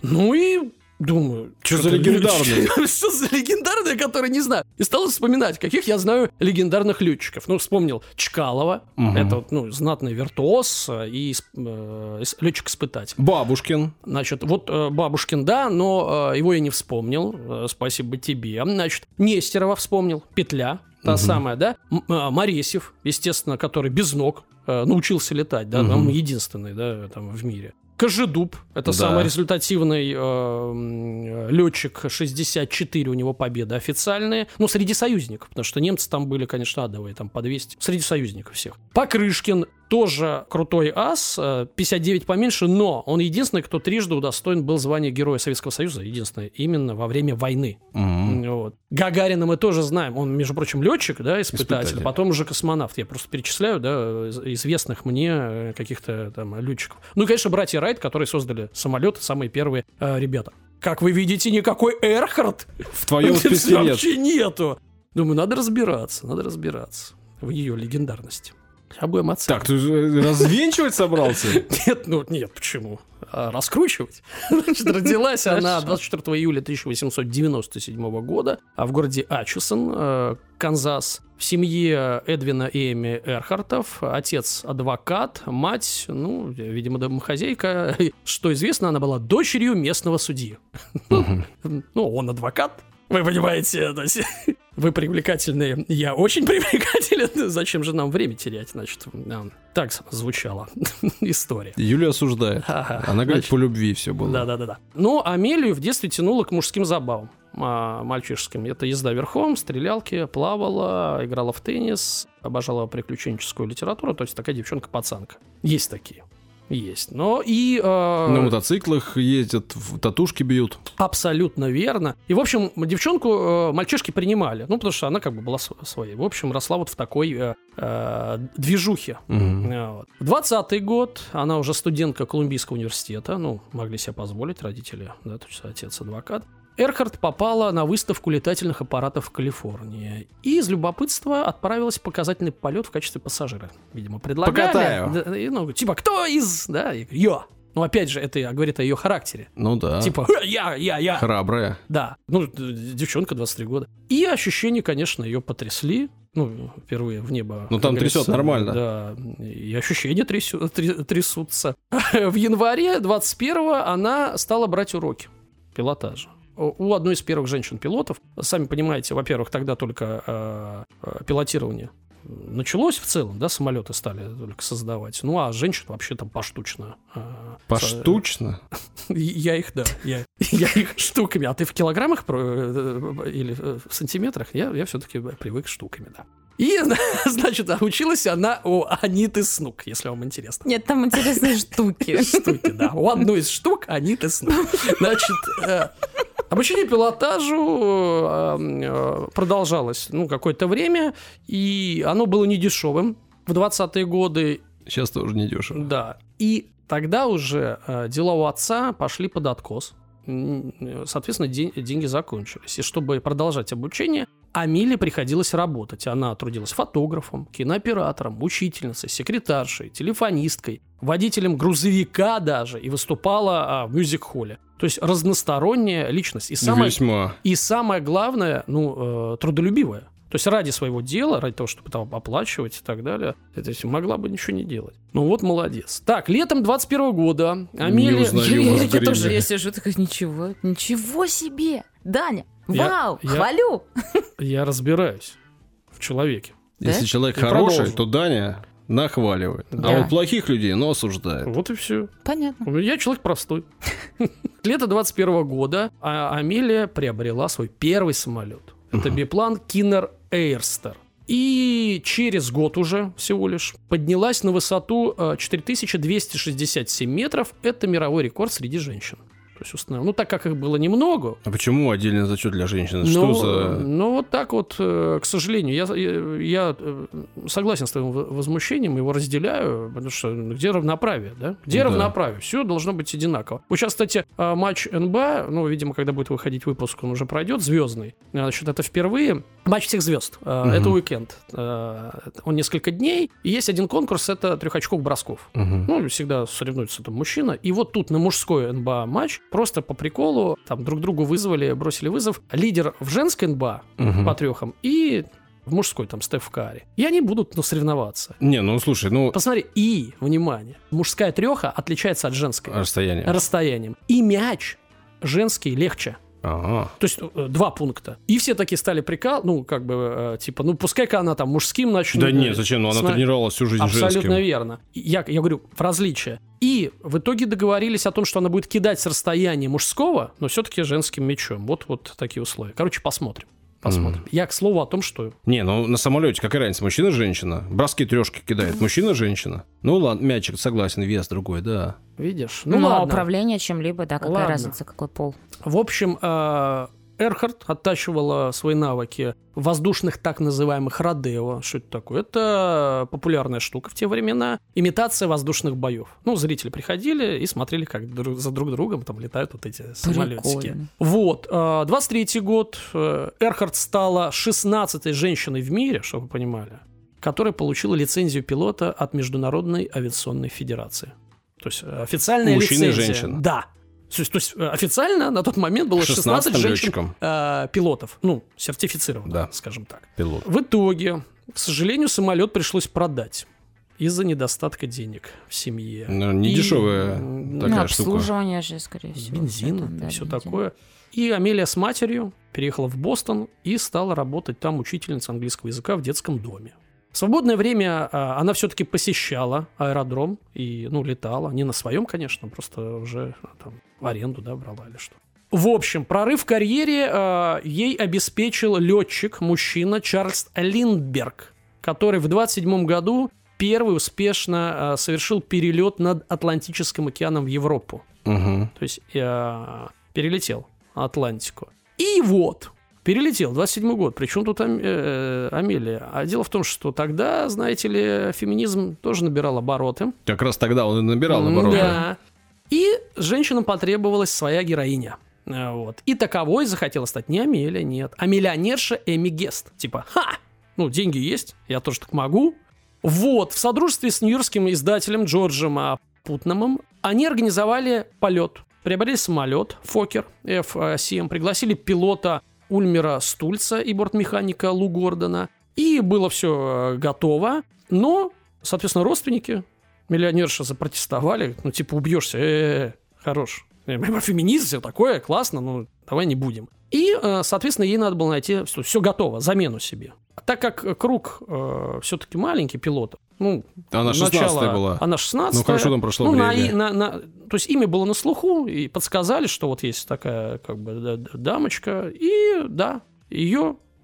Думаю, что за легендарные? Что за легендарные, которые не знаю. И стал вспоминать, каких я знаю легендарных летчиков. Вспомнил Чкалова, это знатный виртуоз и летчик-испытатель. Бабушкин. Значит, Бабушкин, да, но его я не вспомнил. Спасибо тебе. Значит, Нестерова вспомнил, Петля, та самая, да. Моресьев, естественно, который без ног научился летать, да, там единственный, да, там в мире. Кожедуб, это самый результативный летчик, 64 у него победы официальные, среди союзников, потому что немцы там были, конечно, адовые, там по 200, среди союзников всех. Покрышкин, тоже крутой ас, 59 поменьше, но он единственный, кто трижды удостоен был звания Героя Советского Союза, единственный, именно во время войны. Вот. Гагарина мы тоже знаем, он, между прочим, летчик, да, испытатель, потом уже космонавт. Я просто перечисляю, да, известных мне каких-то там летчиков. И, конечно, братья Райт, которые создали самолет, самые первые ребята. Как вы видите, никакой Эрхарт в твоем списке нет. Вообще нету. Думаю, надо разбираться в ее легендарности. Будем оценивать. Так, ты развенчивать собрался? Нет, почему? Раскручивать. Значит, родилась она 24 июля 1897 года в городе Ачесон, Канзас, в семье Эдвина и Эми Эрхартов. Отец адвокат, мать, видимо, домохозяйка. Что известно, она была дочерью местного судьи. Он адвокат. Вы понимаете, вы привлекательные, я очень привлекателен. Зачем же нам время терять? Значит, так звучала история. Юля осуждает. Она говорит, по любви все было. Да. Но Амелию в детстве тянуло к мужским забавам мальчишеским. Это езда верхом, стрелялки, плавала, играла в теннис, обожала приключенческую литературу. То есть такая девчонка-пацанка. Есть такие. Есть. Но и... На мотоциклах ездят, татушки бьют. Абсолютно верно. И, в общем, девчонку мальчишки принимали. Потому что она была своей. В общем, росла в такой движухе. Вот. В 20-й год она уже студентка Колумбийского университета. Могли себе позволить родители, да, то есть отец адвокат. Эрхарт попала на выставку летательных аппаратов в Калифорнии и из любопытства отправилась в показательный полет в качестве пассажира. Видимо, предлагали. Покатаю. Типа, кто из... Да, я. Опять же, это говорит о ее характере. Да. Типа, я. Храбрая. Да. Девчонка, 23 года. И ощущения, конечно, ее потрясли. Впервые в небо. Там трясет нормально. Да, и ощущения трясутся. В январе 21-го она стала брать уроки пилотажа. У одной из первых женщин-пилотов, сами понимаете, во-первых, тогда только пилотирование началось в целом, да, самолеты стали только создавать. А женщин вообще там поштучно. Поштучно? Я их штуками. А ты в килограммах или в сантиметрах? Я все-таки привык штуками, да. И, значит, училась она у Аниты Снук, если вам интересно. Нет, там интересные штуки. Штуки, да. У одной из штук Аниты Снук. Значит, обучение пилотажу продолжалось какое-то время, и оно было недешевым в 20-е годы. Сейчас тоже недешево. Да. И тогда уже дела у отца пошли под откос. Соответственно, деньги закончились. И чтобы продолжать обучение, Амеле приходилось работать. Она трудилась фотографом, кинооператором, учительницей, секретаршей, телефонисткой, водителем грузовика даже, и выступала в мюзик-холле. То есть разносторонняя личность. И самое главное, трудолюбивая. То есть ради своего дела, ради того, чтобы там оплачивать и так далее, могла бы ничего не делать. Молодец. Так, летом 21 года Амелия... Я тоже, я сижу, такая, ничего себе! Даня, вау, хвалю! Я разбираюсь в человеке. Если человек хороший, то Даня нахваливает. Да. А вот плохих людей, осуждает. Вот и все. Понятно. Я человек простой. Лето 21 года Амелия приобрела свой первый самолет. Это биплан Киннер Эйрстер. И через год уже всего лишь поднялась на высоту 4267 метров. Это мировой рекорд среди женщин. То есть установил. Так как их было немного. А почему отдельный зачет для женщин? Что за... вот так вот, к сожалению, я согласен с твоим возмущением, его разделяю, потому что где равноправие, да? Где равноправие? Все должно быть одинаково. Вот сейчас, кстати, матч НБА, видимо, когда будет выходить выпуск, он уже пройдет, звездный. Значит, это впервые матч всех звезд. Это уикенд. Он несколько дней. И есть один конкурс, это 3 очков бросков. Всегда соревнуются там мужчина. И вот тут на мужской НБА матч просто по приколу там друг другу бросили вызов лидер в женской НБА по 3 и в мужской там Стеф Карри. И они будут соревноваться. Слушай, Посмотри, и, внимание, мужская 3 отличается от женской. Расстоянием. И мяч женский легче. Ага. То есть 2 пункта. И все такие стали пускай-ка она там мужским начнет. Да нет, зачем? Она тренировалась всю жизнь женским. Абсолютно верно. Я говорю, в различие. И в итоге договорились о том, что она будет кидать с расстояния мужского, но все-таки женским мячом. Вот такие условия. Посмотрим. Я, к слову, о том, что... на самолете какая разница? Мужчина, женщина. Броски 3 кидает. Мужчина, женщина. Ладно, мячик, согласен, вес другой, да. Видишь? Ладно. Управление чем-либо, да, какая разница, какой пол. В общем, Эрхард оттачивала свои навыки в воздушных так называемых родео. Что это такое? Это популярная штука в те времена. Имитация воздушных боев. Зрители приходили и смотрели, как за друг другом там летают вот эти самолетики. 23-й год. Эрхард стала 16-й женщиной в мире, чтобы вы понимали, которая получила лицензию пилота от Международной авиационной федерации. То есть официальная лицензия. Мужчин и женщин. Да. То есть официально на тот момент было 16 женщин-пилотов, сертифицированных, скажем так. Пилот. В итоге, к сожалению, самолет пришлось продать из-за недостатка денег в семье. Недешевая такая штука. Обслуживание же, скорее всего. Бензин и все такое. И Амелия с матерью переехала в Бостон и стала работать там учительницей английского языка в детском доме. В свободное время она все-таки посещала аэродром и, летала. Не на своем, конечно, просто уже там в аренду, брала или что. В общем, прорыв в карьере ей обеспечил летчик, мужчина Чарльз Линдберг, который в 27 году первый успешно совершил перелет над Атлантическим океаном в Европу. То есть перелетел Атлантику. И перелетел, 27-й год. Причем тут Амелия? А дело в том, что тогда, знаете ли, феминизм тоже набирал обороты. Как раз тогда он и набирал обороты. Да. И женщинам потребовалась своя героиня. И таковой захотела стать не Амелия, нет, а миллионерша Эми Гест. Деньги есть, я тоже так могу. В содружестве с нью-йоркским издателем Джорджем Путнамом они организовали полет. Приобрели самолет Фокер F-7, пригласили пилота Ульмера Стульца и бортмеханика Лу Гордона. И было все готово. Но, соответственно, родственники миллионерши запротестовали. Убьешься. Хорош. Феминизм, все такое, классно, давай не будем. И, соответственно, ей надо было найти все готово, замену себе. Так как круг все-таки маленький пилотов. Она 16-я была. Она 16-я. Хорошо там прошло время. То есть имя было на слуху, и подсказали, что есть такая дамочка. И да, ее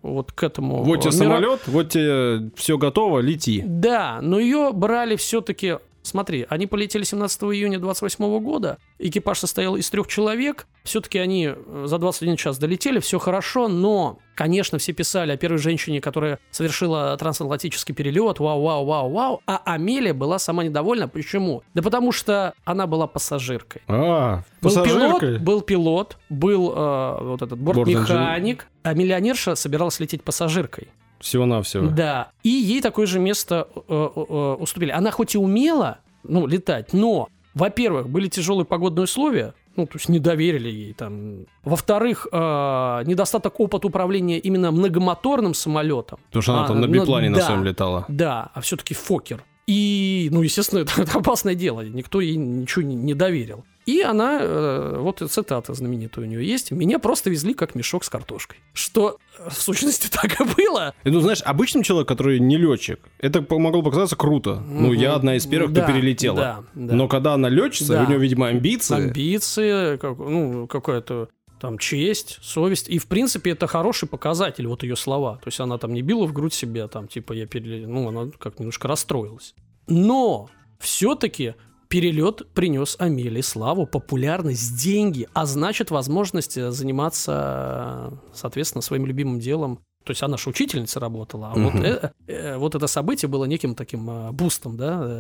вот к этому. Вот тебе самолет, вот тебе все готово, лети. Да, но ее брали все-таки. Смотри, они полетели 17 июня 28 года, экипаж состоял из 3 человек, все-таки они за 21 час долетели, все хорошо, но, конечно, все писали о первой женщине, которая совершила трансатлантический перелет, вау, а Амелия была сама недовольна. Почему? Да потому что она была пассажиркой. Пассажиркой? Был пилот, был вот этот бортмеханик, а миллионерша собиралась лететь пассажиркой. Всего-навсего. Да. И ей такое же место уступили. Она хоть и умела, летать, но, во-первых, были тяжелые погодные условия, то есть не доверили ей там. Во-вторых, недостаток опыта управления именно многомоторным самолетом. Потому что она там на биплане на своем летала. Да, а все-таки Фоккер. И, естественно, это опасное дело. Никто ей ничего не доверил. И она, вот цитата знаменитая у нее есть: «Меня просто везли как мешок с картошкой». Что в сущности так и было. Знаешь, обычным человек, который не летчик, это могло показаться круто. Я одна из первых, кто перелетела. Да. Но когда она летчица, у нее, видимо, амбиции. Амбиции, какая-то там честь, совесть. И, в принципе, это хороший показатель, вот ее слова. То есть она там не била в грудь себя, там, типа, она как немножко расстроилась. Но все-таки перелет принес Амелии славу, популярность, деньги, а значит, возможность заниматься, соответственно, своим любимым делом. То есть она же учительница работала, а вот это событие было неким таким бустом,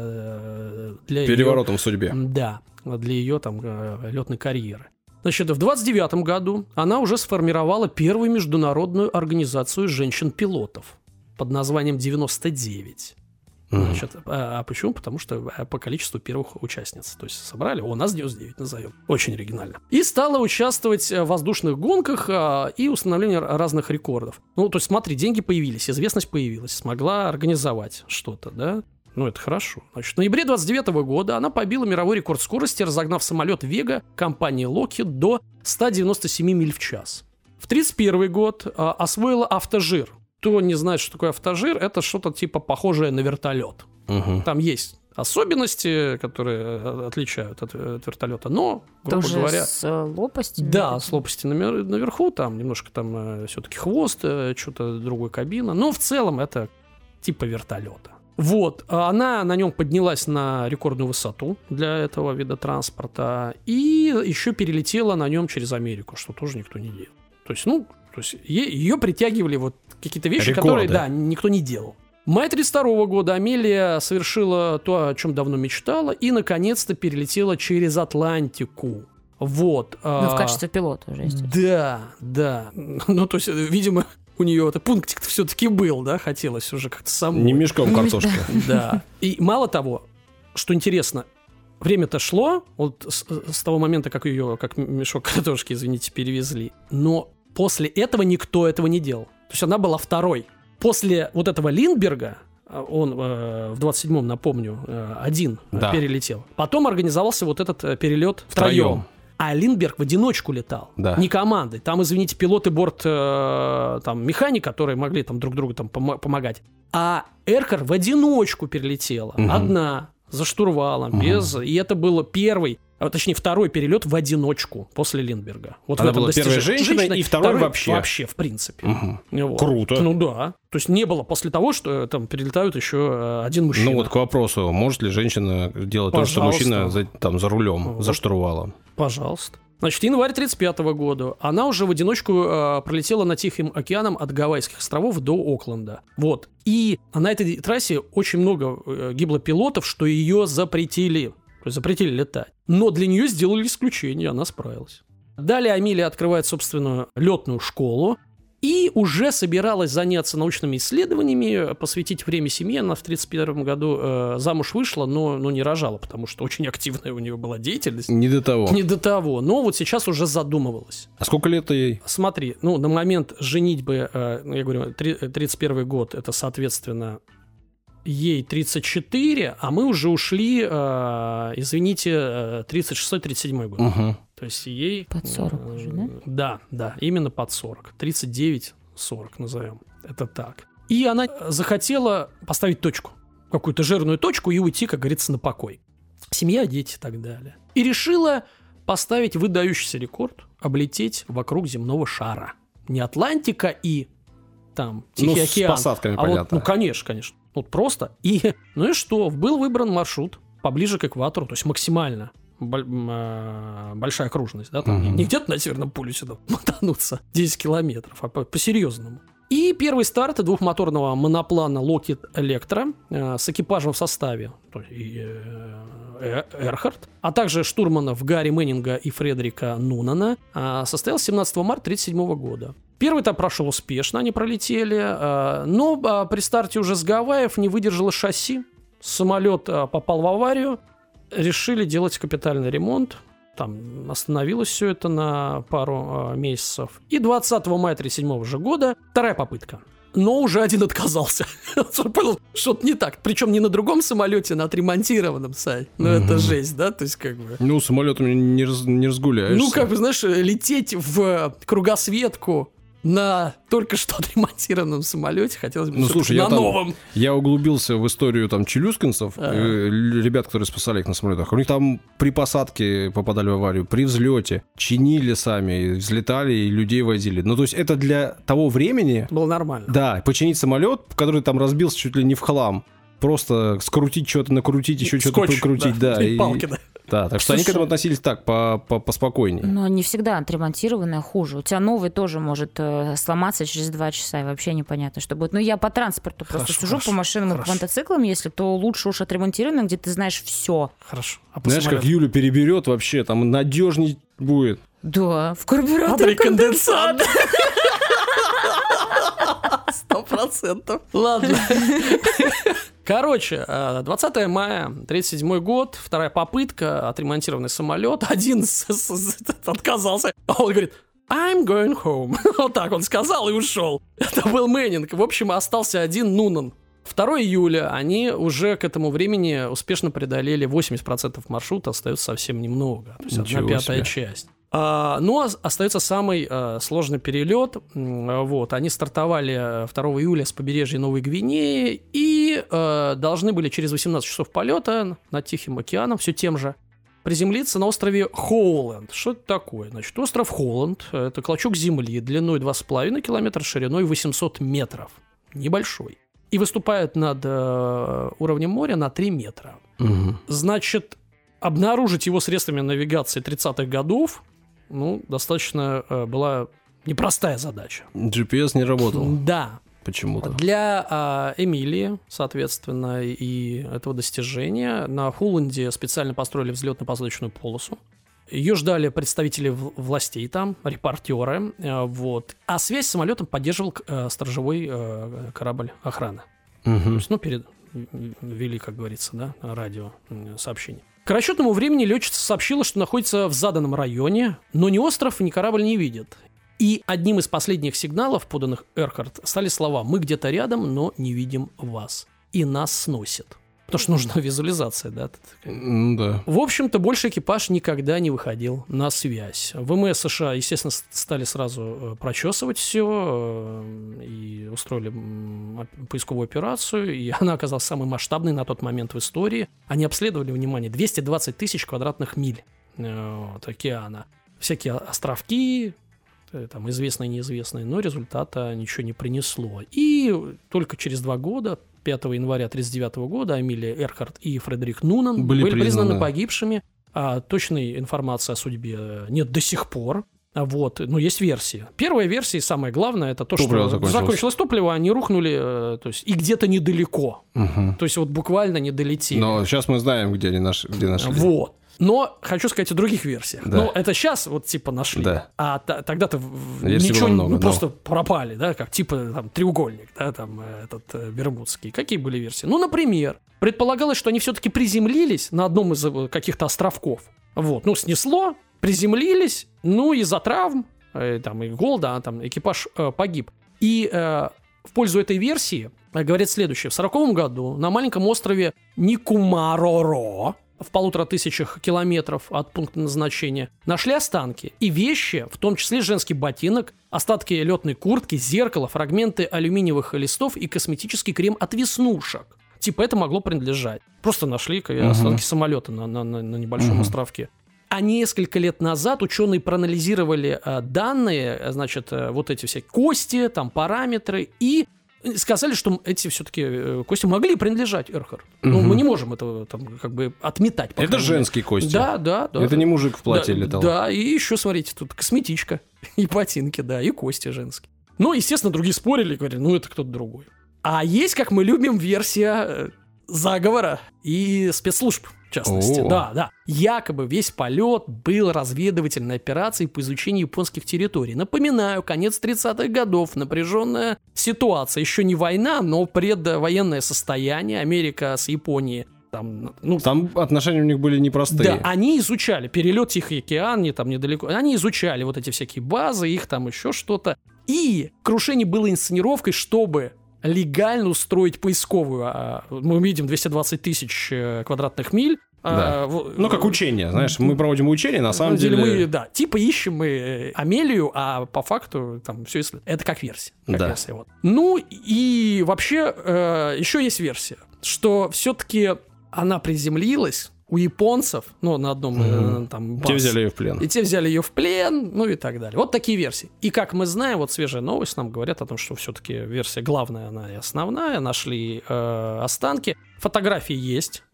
да, для переворотом в судьбе. Да, для ее там летной карьеры. Значит, в 29 году она уже сформировала первую международную организацию женщин-пилотов под названием 99. Значит, а почему? Потому что по количеству первых участниц. То есть собрали, нас 99 назовем. Очень оригинально. И стала участвовать в воздушных гонках и установлении разных рекордов. То есть смотри, деньги появились, известность появилась, смогла организовать что-то, да? Это хорошо. Значит, в ноябре 29 года она побила мировой рекорд скорости, разогнав самолет Вега компании Lockheed до 197 миль в час. В 31 год освоила автожир. Кто не знает, что такое автожир, это что-то типа похожее на вертолет. Там есть особенности, которые отличают от вертолета, но, грубо говоря... с лопастями? Да, с лопастями наверху, там немножко там все-таки хвост, что-то другая кабина, но в целом это типа вертолета. Вот, она на нем поднялась на рекордную высоту для этого вида транспорта и еще перелетела на нем через Америку, что тоже никто не делал. То есть ее притягивали вот какие-то вещи, рекорды, которые, никто не делал. В мае 1932 года Амелия совершила то, о чем давно мечтала, и наконец-то перелетела через Атлантику. Вот. В качестве пилота уже, естественно. Да. То есть, видимо, у нее это пунктик все-таки был, да, хотелось уже как-то самой. Не мешком картошки. Да. И мало того, что интересно, время-то шло, вот с того момента, как ее, как мешок картошки, извините, перевезли, но после этого никто этого не делал. То есть она была второй. После вот этого Линдберга, он в 27-м, напомню, один перелетел. Потом организовался вот этот перелет втроем. А Линдберг в одиночку летал, не командой. Там, извините, пилоты, механик, которые могли там друг другу там помогать. А Эркер в одиночку перелетела, одна, за штурвалом, и это было второй перелет в одиночку после Линдберга. Вот она была первая женщина и второй вообще. Вообще, в принципе. Вот. Круто. Да. То есть не было после того, что там перелетают еще один мужчина. К вопросу, может ли женщина делать то, что мужчина за рулем, за штурвалом? Пожалуйста. Значит, январь 1935 года она уже в одиночку пролетела над Тихим океаном от Гавайских островов до Окленда. Вот. И на этой трассе очень много гибло пилотов, что ее запретили. То есть запретили летать. Но для нее сделали исключение, она справилась. Далее Амелия открывает собственную летную школу и уже собиралась заняться научными исследованиями, посвятить время семье. Она в 1931 году замуж вышла, но не рожала, потому что очень активная у нее была деятельность. Не до того. Но вот сейчас уже задумывалась. А сколько лет ей? Смотри, на момент женитьбы, я говорю, 1931 год, это, соответственно, ей 34, а мы уже ушли, извините, 36-37 год. То есть ей... Под 40 уже, да? Да, именно под 40. 39-40 назовем. Это так. И она захотела поставить точку. Какую-то жирную точку и уйти, как говорится, на покой. Семья, дети и так далее. И решила поставить выдающийся рекорд, облететь вокруг земного шара. Не Атлантика и там Тихий океан. С посадками, понятно. Вот, конечно. Вот просто. Ну и что? Был выбран маршрут поближе к экватору, то есть максимально большая окружность, да, там не где-то на Северном полюсе мотануться 10 километров, а по-серьезному. И первый старт двухмоторного моноплана Lockheed Electra с экипажем в составе Эрхарт, а также штурманов Гарри Мэннинга и Фредерика Нунана состоялся 17 марта 1937 года. Первый этап прошел успешно, они пролетели, но при старте уже с Гавайев не выдержало шасси, самолет попал в аварию, решили делать капитальный ремонт. Там остановилось все это на пару месяцев. И 20 мая 1937 же года вторая попытка. Но уже один отказался. Понял, что-то не так. Причем не на другом самолете, на отремонтированном, Сань. Ну, это жесть, да? То есть, как бы... Ну, самолетом не разгуляешься. Ну, как бы, знаешь, лететь в кругосветку на только что отремонтированном самолете хотелось бы на новом. Я углубился в историю там челюскинцев, ребят, которые спасали их на самолетах. У них там при посадке попадали в аварию, при взлете чинили сами, взлетали и людей возили. Ну, то есть это для того времени... Было нормально. Да, починить самолет, который там разбился чуть ли не в хлам. Просто скрутить что-то, накрутить, еще что-то прикрутить. Да, и палки, да. Да, так что они к этому относились так, поспокойнее. Но не всегда отремонтированное хуже. У тебя новый тоже может сломаться через 2 часа, и вообще непонятно, что будет. Ну, я по транспорту просто сужу, по машинам и по мотоциклам, если, то лучше уж отремонтированное, где ты знаешь все. Хорошо. Знаешь, как Юлю переберет вообще, там надежней будет. Да, в карбюраторе конденсат. 100%. Ладно. Короче, 20 мая, 1937 год, вторая попытка, отремонтированный самолет, один отказался, а он говорит: I'm going home. Вот так он сказал и ушел. Это был Мэннинг. В общем, остался один Нунан. 2 июля они уже к этому времени успешно преодолели 80% маршрута, остается совсем немного, то есть 1/5 часть. Но остается самый сложный перелет. Вот. Они стартовали 2 июля с побережья Новой Гвинеи и должны были через 18 часов полета над Тихим океаном, все тем же, приземлиться на острове Хоуланд. Что это такое? Значит, остров Хоуланд – это клочок земли длиной 2,5 километра, шириной 800 метров. Небольшой. И выступает над уровнем моря на 3 метра. Угу. Значит, обнаружить его средствами навигации 30-х годов достаточно была непростая задача. GPS не работал. Да. Почему-то. Для Эмилии, соответственно, и этого достижения на Хоуланде специально построили взлетно-посадочную полосу. Ее ждали представители властей там, репортеры. Вот. А связь с самолетом поддерживал сторожевой корабль охраны. То есть, вели, как говорится, да, радио сообщение. К расчетному времени летчица сообщила, что находится в заданном районе, но ни остров, ни корабль не видит. И одним из последних сигналов, поданных Эрхарт, стали слова: «Мы где-то рядом, но не видим вас. И нас сносит». Потому что нужна визуализация, да? Да. В общем-то, больше экипаж никогда не выходил на связь. ВМС США, естественно, стали сразу прочесывать все и устроили поисковую операцию, и она оказалась самой масштабной на тот момент в истории. Они обследовали, внимание, 220 тысяч квадратных миль океана. Всякие островки, там, известные и неизвестные, но результата ничего не принесло. И только через 2 года, 5 января 1939 года, Эмилия Эрхарт и Фредерик Нунан были признаны погибшими. Точной информации о судьбе нет до сих пор. Вот. Но есть версии. Первая версия, и самое главное, это то, топливо что закончилось топливо, они рухнули, то есть, и где-то недалеко. Угу. То есть вот буквально не долетели. Но сейчас мы знаем, где нашли. Вот. Но хочу сказать о других версиях. Да. Ну, это сейчас вот типа нашли. Да. А тогда-то версий ничего много, просто пропали, да, как типа там треугольник, да, там этот Бермудский. Какие были версии? Ну, например, предполагалось, что они все-таки приземлились на одном из каких-то островков. Вот, снесло, приземлились, из-за травм, там, и голода, там, экипаж погиб. И в пользу этой версии говорят следующее. В 1940 году на маленьком острове Никумароро в 1500 километров от пункта назначения нашли останки и вещи, в том числе женский ботинок, остатки летной куртки, зеркало, фрагменты алюминиевых листов и косметический крем от веснушек. Типа это могло принадлежать. Просто нашли останки самолета на небольшом островке. А несколько лет назад ученые проанализировали данные, значит, вот эти все кости, там параметры, и сказали, что эти все-таки кости могли принадлежать Эрхарту. Ну, мы не можем этого там как бы отметать. Это женские кости. Да. Это не мужик в платье летал. Да, и еще, смотрите, тут косметичка, и ботинки, да, и кости женские. Ну, естественно, другие спорили, говорили, ну, это кто-то другой. А есть, как мы любим, версия заговора и спецслужб, в частности. Да. Якобы весь полет был разведывательной операцией по изучению японских территорий. Напоминаю, конец 30-х годов, напряженная ситуация. Еще не война, но предвоенное состояние. Америка с Японией. Там отношения у них были непростые. Да, они изучали перелет Тихий океан, не там недалеко. Они изучали вот эти всякие базы, их там еще что-то. И крушение было инсценировкой, чтобы легально устроить поисковую. Мы видим 220 тысяч квадратных миль. Да. Как учение, знаешь, мы проводим учение, на самом деле... Мы, типа ищем мы Амелию, а по факту там все это как версия. Версия, вот. Ну и вообще еще есть версия, что все-таки она приземлилась у японцев, на одном там баз. Те взяли ее в плен. И те взяли ее в плен, ну и так далее. Вот такие версии. И как мы знаем, вот свежая новость нам говорят о том, что все-таки версия главная, она и основная. Нашли останки. Фотографии есть.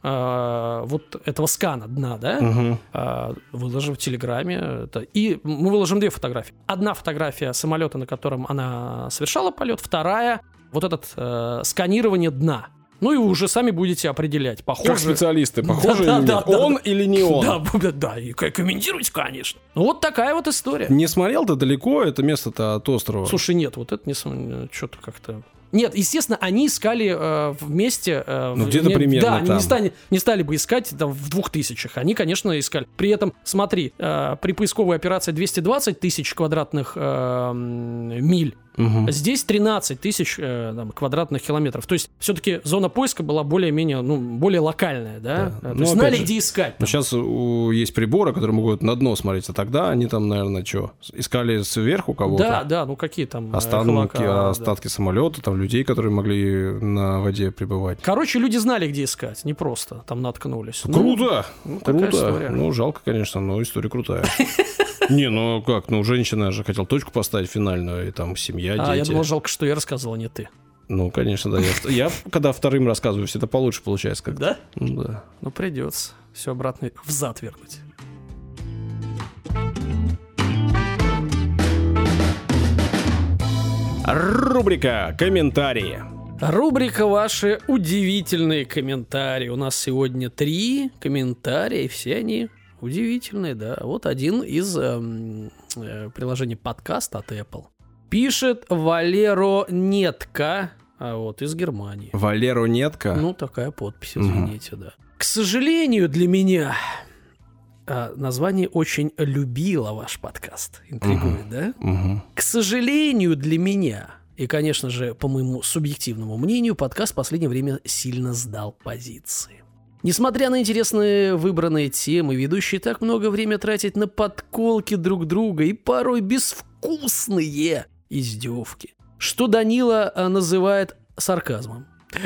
Вот этого скана дна, да? Выложим в Телеграме. И мы выложим 2 фотографии. Одна фотография самолета, на котором она совершала полет. Вторая, вот это сканирование дна. Ну и вы уже сами будете определять, похоже... Как специалисты, похоже или нет? Он или не он? Да, и комментируйте, конечно. Ну вот такая вот история. Не смотрел ты далеко это место-то от острова? Слушай, нет, вот это что-то как-то... Нет, естественно, они искали вместе... где-то примерно да, там. не стали бы искать там, в 2000-х. Они, конечно, искали. При этом, смотри, при поисковой операции 220 тысяч квадратных миль. Здесь 13 тысяч квадратных километров. То есть, все-таки зона поиска была более-менее, более локальная, да? То есть, знали, где искать. Но сейчас есть приборы, которые могут на дно смотреть, а тогда они там, наверное, искали сверху кого-то? Да, какие там... Остатки самолета, там людей, которые могли на воде пребывать. Короче, люди знали, где искать, не просто там наткнулись. Круто! Круто! История. Жалко, конечно, но история крутая. Не, как, женщина же хотела точку поставить финальную, и там семья, дети. Я думал, жалко, что я рассказывал, а не ты. Конечно, да. Я когда вторым рассказываю, все это получше получается как-то. Да? Да. Придется все обратно взад вернуть. Рубрика «Комментарии». Рубрика «Ваши удивительные комментарии». У нас сегодня 3 комментария, все они... удивительные, да. Вот один из приложений подкаст от Apple. Пишет Валеро Нетка, из Германии. Валеро Нетка? Такая подпись, извините, да. К сожалению, для меня название очень любила ваш подкаст. Интригует, да? К сожалению, для меня, и, конечно же, по моему субъективному мнению, подкаст в последнее время сильно сдал позиции. Несмотря на интересные выбранные темы, ведущие так много времени тратят на подколки друг друга и порой безвкусные издевки, что Данила называет сарказмом.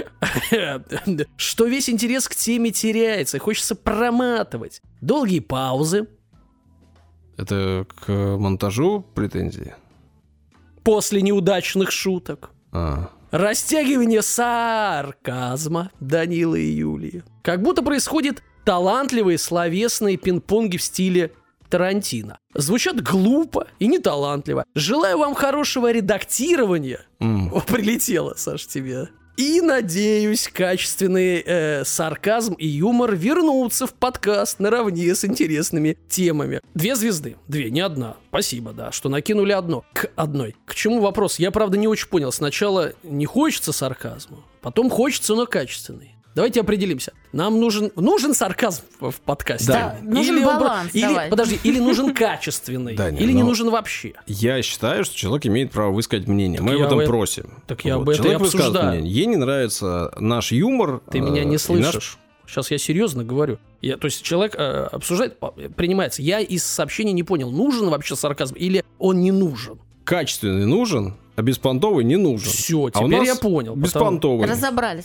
Что весь интерес к теме теряется, и хочется проматывать. Долгие паузы. Это к монтажу претензии? После неудачных шуток. Растягивание сарказма Данила и Юлии. Как будто происходит талантливые словесные пинг-понги в стиле Тарантино. Звучат глупо и неталантливо. Желаю вам хорошего редактирования. Прилетело, Саш, тебе. И, надеюсь, качественный сарказм и юмор вернутся в подкаст наравне с интересными темами. 2 звезды. 2, не одна. Спасибо, да, что накинули одной. К чему вопрос? Я, правда, не очень понял. Сначала не хочется сарказма, потом хочется, но качественный. Давайте определимся. Нам нужен сарказм в подкасте. Да, нужен баланс. Или нужен качественный, или не нужен вообще. Я считаю, что человек имеет право высказать мнение. Мы об этом просим. Так я об этом и обсуждаю. Ей не нравится наш юмор. Ты меня не слышишь. Сейчас я серьезно говорю. То есть человек обсуждает, принимается. Я из сообщения не понял, нужен вообще сарказм или он не нужен. Качественный нужен, а беспонтовый не нужен. Все, теперь я понял. Беспонтовый.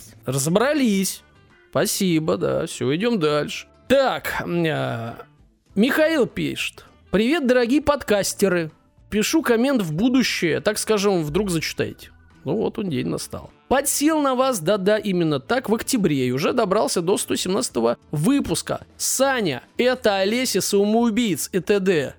Разобрались. Спасибо, да. Все, идем дальше. Так, Михаил пишет. Привет, дорогие подкастеры. Пишу коммент в будущее, так скажем, вдруг зачитаете. Ну вот он, день настал. Подсел на вас, да-да, именно так, в октябре, и уже добрался до 117 выпуска. Саня, это Олеся самоубийц и т.д.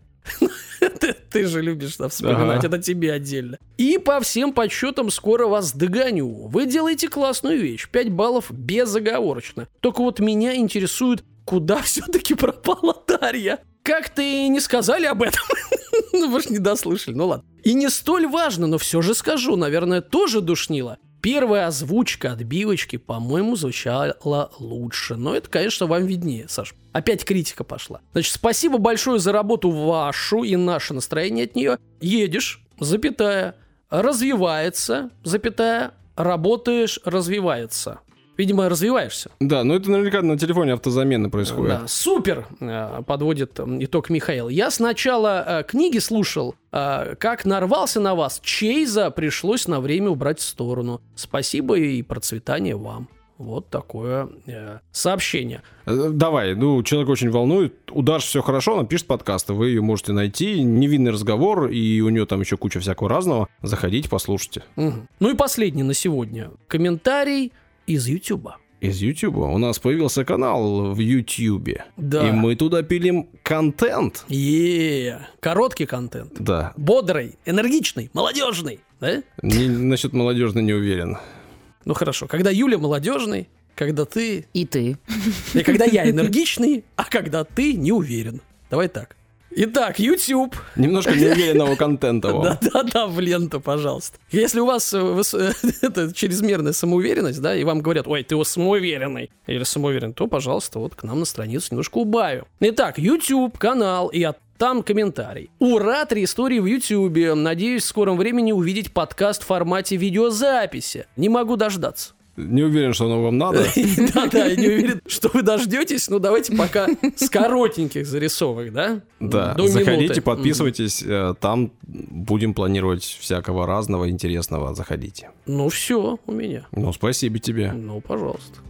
Ты же любишь вспоминать, это тебе отдельно. И по всем подсчетам скоро вас догоню. Вы делаете классную вещь, 5 баллов безоговорочно. Только вот меня интересует, куда все-таки пропала Дарья? Как-то и не сказали об этом. Ну, вы же не дослушали, ну ладно. И не столь важно, но все же скажу, наверное, тоже душнило. Первая озвучка отбивочки, по-моему, звучала лучше. Но это, конечно, вам виднее, Саш. Опять критика пошла. Значит, спасибо большое за работу вашу и наше настроение от нее. Едешь, запятая, развивается, запятая, работаешь, развивается. Видимо, развиваешься. Да, но это наверняка на телефоне автозамены происходит. Да, супер, подводит итог Михаил. Я сначала книги слушал, как нарвался на вас. Чейза пришлось на время убрать в сторону. Спасибо и процветания вам. Вот такое сообщение. Давай, человек очень волнует. У Даши все хорошо, она пишет подкасты. Вы ее можете найти. Невинный разговор, и у нее там еще куча всякого разного. Заходите, послушайте. Угу. Ну и последний на сегодня. Комментарий из Ютуба. Из Ютуба. У нас появился канал в Ютубе. Да. И мы туда пилим контент. Короткий контент. Да. Бодрый, энергичный, молодежный. Да? Насчет молодежно не уверен. Ну хорошо. Когда Юля молодежный, когда ты... И ты. И когда я энергичный, а когда ты не уверен. Давай так. Итак, YouTube. Немножко неуверенного контента. Да-да-да, в ленту, пожалуйста. Если у вас это чрезмерная самоуверенность, да, и вам говорят, ой, ты самоуверенный или самоуверен, то, пожалуйста, вот к нам на страницу немножко убавим. Итак, YouTube, канал, и там комментарий. Ура, 3 истории в YouTube. Надеюсь, в скором времени увидеть подкаст в формате видеозаписи. Не могу дождаться. Не уверен, что оно вам надо. Да-да, я не уверен, что вы дождетесь. Ну, давайте пока с коротеньких зарисовок, да? Да, заходите, подписывайтесь. Там будем планировать всякого разного интересного. Заходите. Ну, все у меня. Ну, спасибо тебе. Ну, пожалуйста.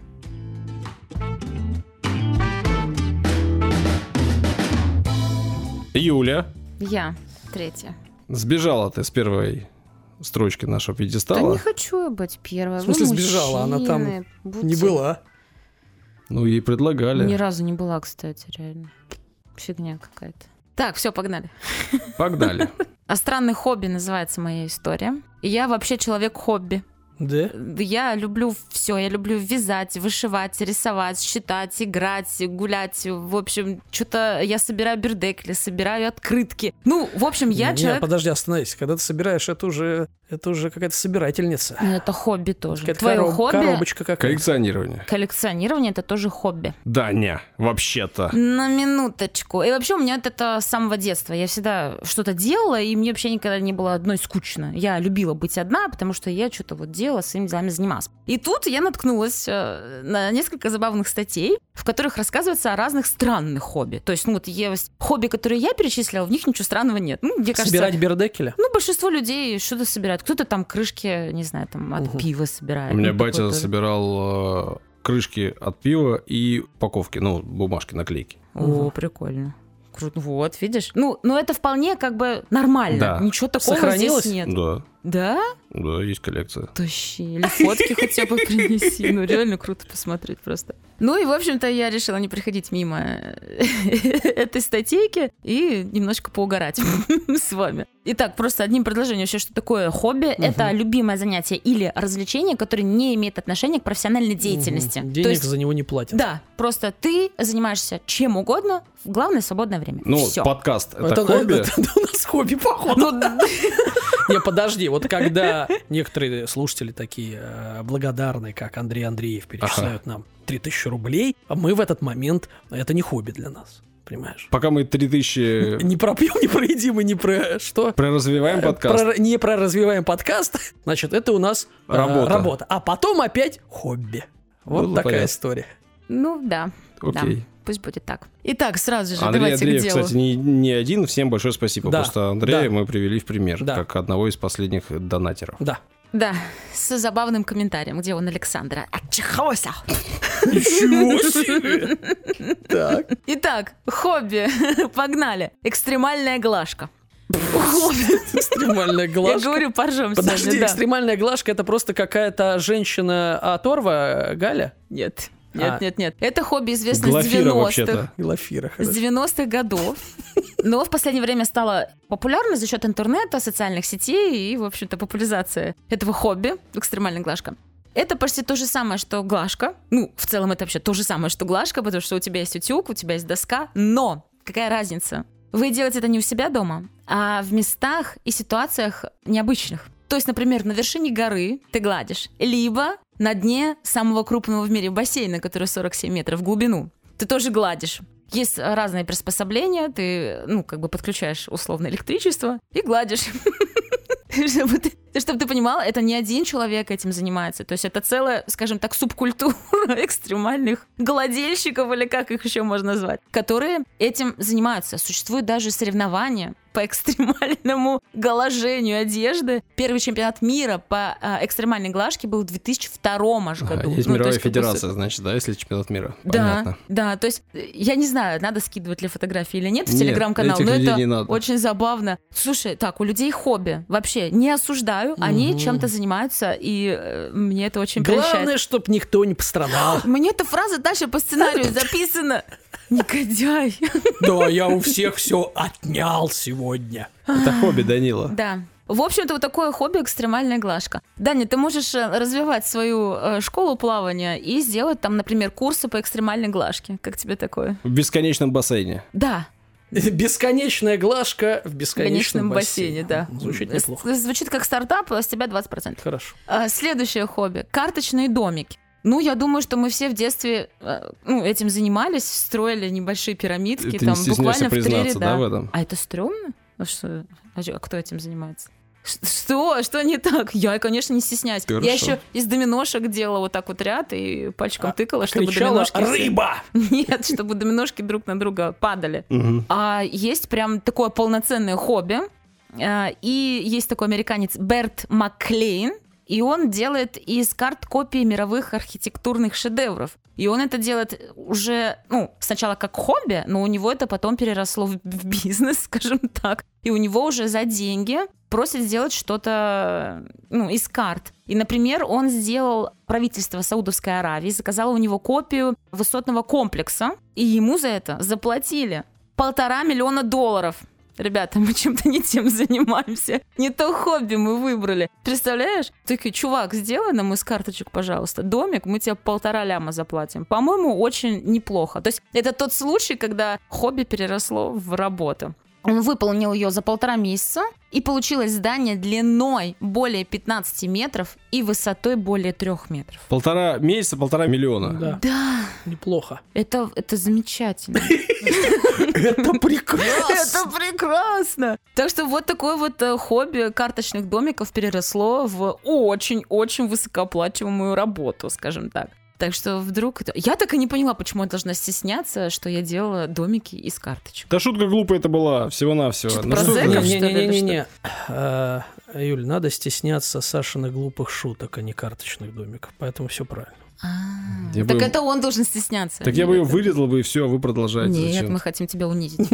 Юля. Я, третья. Сбежала ты с первой строчки нашего пьедестала. Да не хочу я быть первой. В смысле сбежала? Она там не была. Ну, ей предлагали. Ни разу не была, кстати, реально. Фигня какая-то. Так, все, погнали. Погнали. «О странных хобби» называется моя история. И я вообще человек-хобби. Да? Я люблю все. Я люблю вязать, вышивать, рисовать, считать, играть, гулять. В общем, что-то я собираю бирдекли, собираю открытки. Ну, в общем, я человек... Подожди, остановись. Когда ты собираешь, это уже какая-то собирательница. Это хобби тоже. Какая-то Твое хобби... коробочка какая-то. Коллекционирование. Коллекционирование — это тоже хобби. Да, не, вообще-то. На минуточку. И вообще у меня это с самого детства. Я всегда что-то делала, и мне вообще никогда не было одной скучно. Я любила быть одна, потому что я что-то вот делала, своими делами занималась. И тут я наткнулась на несколько забавных статей, в которых рассказывается о разных странных хобби. То есть, есть хобби, которые я перечислила, в них ничего странного нет. Мне кажется, собирать бирдекеля? Большинство людей что-то собирают. Кто-то там крышки, не знаю, там от пива собирает. У меня батя собирал крышки от пива и упаковки, бумажки, наклейки. О, прикольно. Круто. Вот, видишь? Ну, это вполне как бы нормально. Да. Ничего такого сохранилось? Здесь нет. Да. Да? Да, есть коллекция. Тащи. Или фотки хотя бы принеси. Реально круто посмотреть просто. Ну и, в общем-то, я решила не приходить мимо этой статейки и немножко поугарать с вами. Итак, просто одним предложением вообще, что такое хобби. Это любимое занятие или развлечение, которое не имеет отношения к профессиональной деятельности. Денег за него не платят. Да, просто ты занимаешься чем угодно в главное свободное время. Всё. Подкаст — это хобби? Это у нас хобби, походу. Не, подожди, вот когда некоторые слушатели такие благодарные, как Андрей Андреев, перечисляют нам 3000 рублей, а мы в этот момент, это не хобби для нас, понимаешь? Пока мы 3000... Не про пьем, не про едим и не про что? Проразвиваем подкаст. Не проразвиваем подкаст, значит, это у нас работа. А потом опять хобби. Вот такая история. Ну да. Окей. Пусть будет так. Итак, сразу же Андрей давайте Андреев, к делу. кстати, не один. Всем большое спасибо. Да, Просто Андрея да. мы привели в пример, Да. как одного из последних донатеров. Да. Да, с забавным комментарием, где он Александра отчихался. Ничего себе! Так. Итак, хобби. Погнали. Экстремальная глажка. Экстремальная глажка. Я говорю, поржем Подожди, сегодня, да. экстремальная глажка — это просто какая-то женщина-оторва, Галя? Нет. Это хобби известно Глафира, с 90-х. вообще-то. Глафира, С хорошо. 90-х годов. Но в последнее время стало популярно за счет интернета, социальных сетей и, в общем-то, популяризация этого хобби, экстремальная глажка. Это почти то же самое, что глажка. Ну, в целом это вообще то же самое, что глажка, потому что у тебя есть утюг, у тебя есть доска. Но какая разница? Вы делаете это не у себя дома, а в местах и ситуациях необычных. То есть, например, на вершине горы ты гладишь, либо на дне самого крупного в мире бассейна, который 47 метров в глубину. Ты тоже гладишь. Есть разные приспособления, ты, подключаешь условно электричество и гладишь. Чтобы ты понимала, это не один человек этим занимается. То есть это целая, скажем так, субкультура экстремальных гладильщиков, или как их еще можно назвать, которые этим занимаются. Существуют даже соревнования по экстремальному голожению одежды. Первый чемпионат мира по экстремальной глажке был в 2002 аж году. Есть мировая федерация, значит, да, если чемпионат мира. Да, да, то есть я не знаю, надо скидывать ли фотографии или нет в телеграм-канал, но это очень забавно. Слушай, так, у людей хобби. Вообще, не осуждаю, они чем-то занимаются, и мне это очень прельщает. Главное, чтоб никто не пострадал. Мне эта фраза дальше по сценарию записана. Негодяй. Да, я у всех все отнял сегодня. Это хобби Данила. Да. В общем-то, вот такое хобби — экстремальная глажка. Даня, ты можешь развивать свою школу плавания и сделать там, например, курсы по экстремальной глажке. Как тебе такое? В бесконечном бассейне. Да. Бесконечная глажка в бесконечном бассейне, да. Звучит неплохо. Звучит как стартап, а с тебя 20%. Хорошо. Следующее хобби — карточные домики. Ну, я думаю, что мы все в детстве этим занимались, строили небольшие пирамидки. Ты там, не стесняешься буквально в 3 признаться, ряда. да, в этом? А это стрёмно? А кто этим занимается? Что? Что не так? Я, конечно, не стесняюсь. Хорошо. Я еще из доминошек делала вот так вот ряд и пальчиком тыкала, чтобы кричала доминошки... «Рыба!» Нет, чтобы доминошки друг на друга падали. А есть прям такое полноценное хобби. И есть такой американец Берт Макклейн, и он делает из карт копии мировых архитектурных шедевров. И он это делает уже, сначала как хобби, но у него это потом переросло в бизнес, скажем так. И у него уже за деньги просят сделать что-то, из карт. И, например, он сделал, правительство Саудовской Аравии заказало у него копию высотного комплекса, и ему за это заплатили $1,5 миллиона. Ребята, мы чем-то не тем занимаемся. Не то хобби мы выбрали. Представляешь? Такой, чувак, сделай нам из карточек, пожалуйста, домик, мы тебе $1,5 ляма заплатим. По-моему, очень неплохо. То есть это тот случай, когда хобби переросло в работу. Он выполнил ее за 1,5 месяца, и получилось здание длиной более 15 метров и высотой более 3 метров. 1,5 месяца, $1,5 миллиона. Да. Неплохо. Это замечательно. Это прекрасно. Это прекрасно. Так что вот такое вот хобби карточных домиков переросло в очень-очень высокооплачиваемую работу, скажем так. Так что вдруг... Я так и не поняла, почему я должна стесняться, что я делала домики из карточек. Да шутка глупая это была, всего-навсего. Что-то про зэков, что ли, или Не-не-не. Юль, надо стесняться Сашиных глупых шуток, а не карточных домиков. Поэтому все правильно. Так это он должен стесняться. Так я бы ее вырезал бы, и все, а вы продолжаете. Нет, Зачем? мы хотим тебя унизить.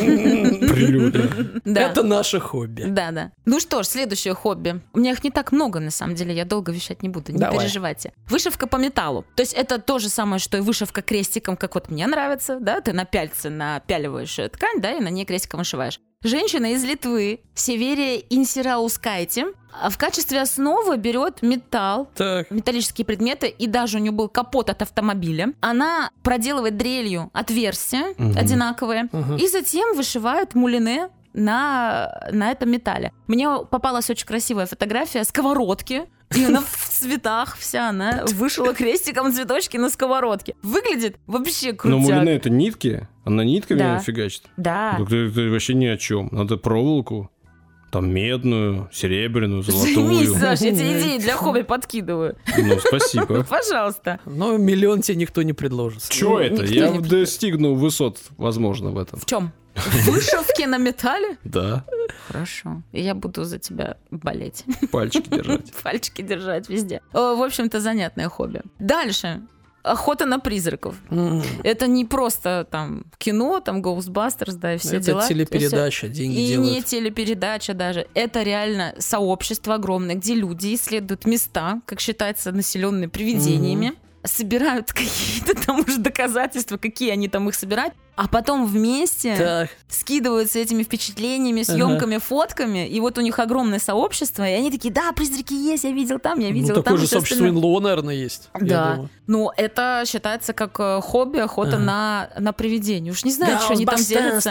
Прелюдия. Это наше хобби. Да. Ну что ж, следующее хобби. У меня их не так много, на самом деле. Я долго вещать не буду, не переживайте. Вышивка по металлу. То есть это то же самое, что и вышивка крестиком, как вот мне нравится. Да, ты на пяльце напяливаешь ткань, да, и на ней крестиком вышиваешь. Женщина из Литвы, Северия Инсираускайте, в качестве основы берет металл, металлические предметы, и даже у нее был капот от автомобиля. Она проделывает дрелью отверстия одинаковые, и затем вышивает мулине на этом металле. Мне попалась очень красивая фотография сковородки, и она в цветах вся, она вышила крестиком цветочки на сковородке. Выглядит вообще крутяк. Но мулине это нитки? Она нитками фигачит? Да. Так это вообще ни о чем. Надо проволоку, там медную, серебряную, золотую. Займись, Саш, я тебе идеи для хобби подкидываю. Ну, спасибо. Пожалуйста. Но $1 миллион тебе никто не предложит. Чё это? Я достигну высот, возможно, в этом. В чем? Вышивки на металле? Да. Хорошо. Я буду за тебя болеть. Пальчики держать. Пальчики держать везде. В общем-то, занятное хобби. Дальше. Охота на призраков. Это не просто там кино, там Ghostbusters, да, и все дела. Это телепередача, деньги и делают. не телепередача даже. Это реально сообщество огромное, где люди исследуют места, как считается, населенные привидениями, собирают какие-то там уже доказательства, какие они там их собирают, а потом вместе скидываются этими впечатлениями, съемками, фотками, и вот у них огромное сообщество, и они такие: да, призраки есть, я видел там, я видел там. Такое же сообщество НЛО, наверное, есть. Да, но это считается как хобби, охота на привидение. Уж не знаю, что они там делятся.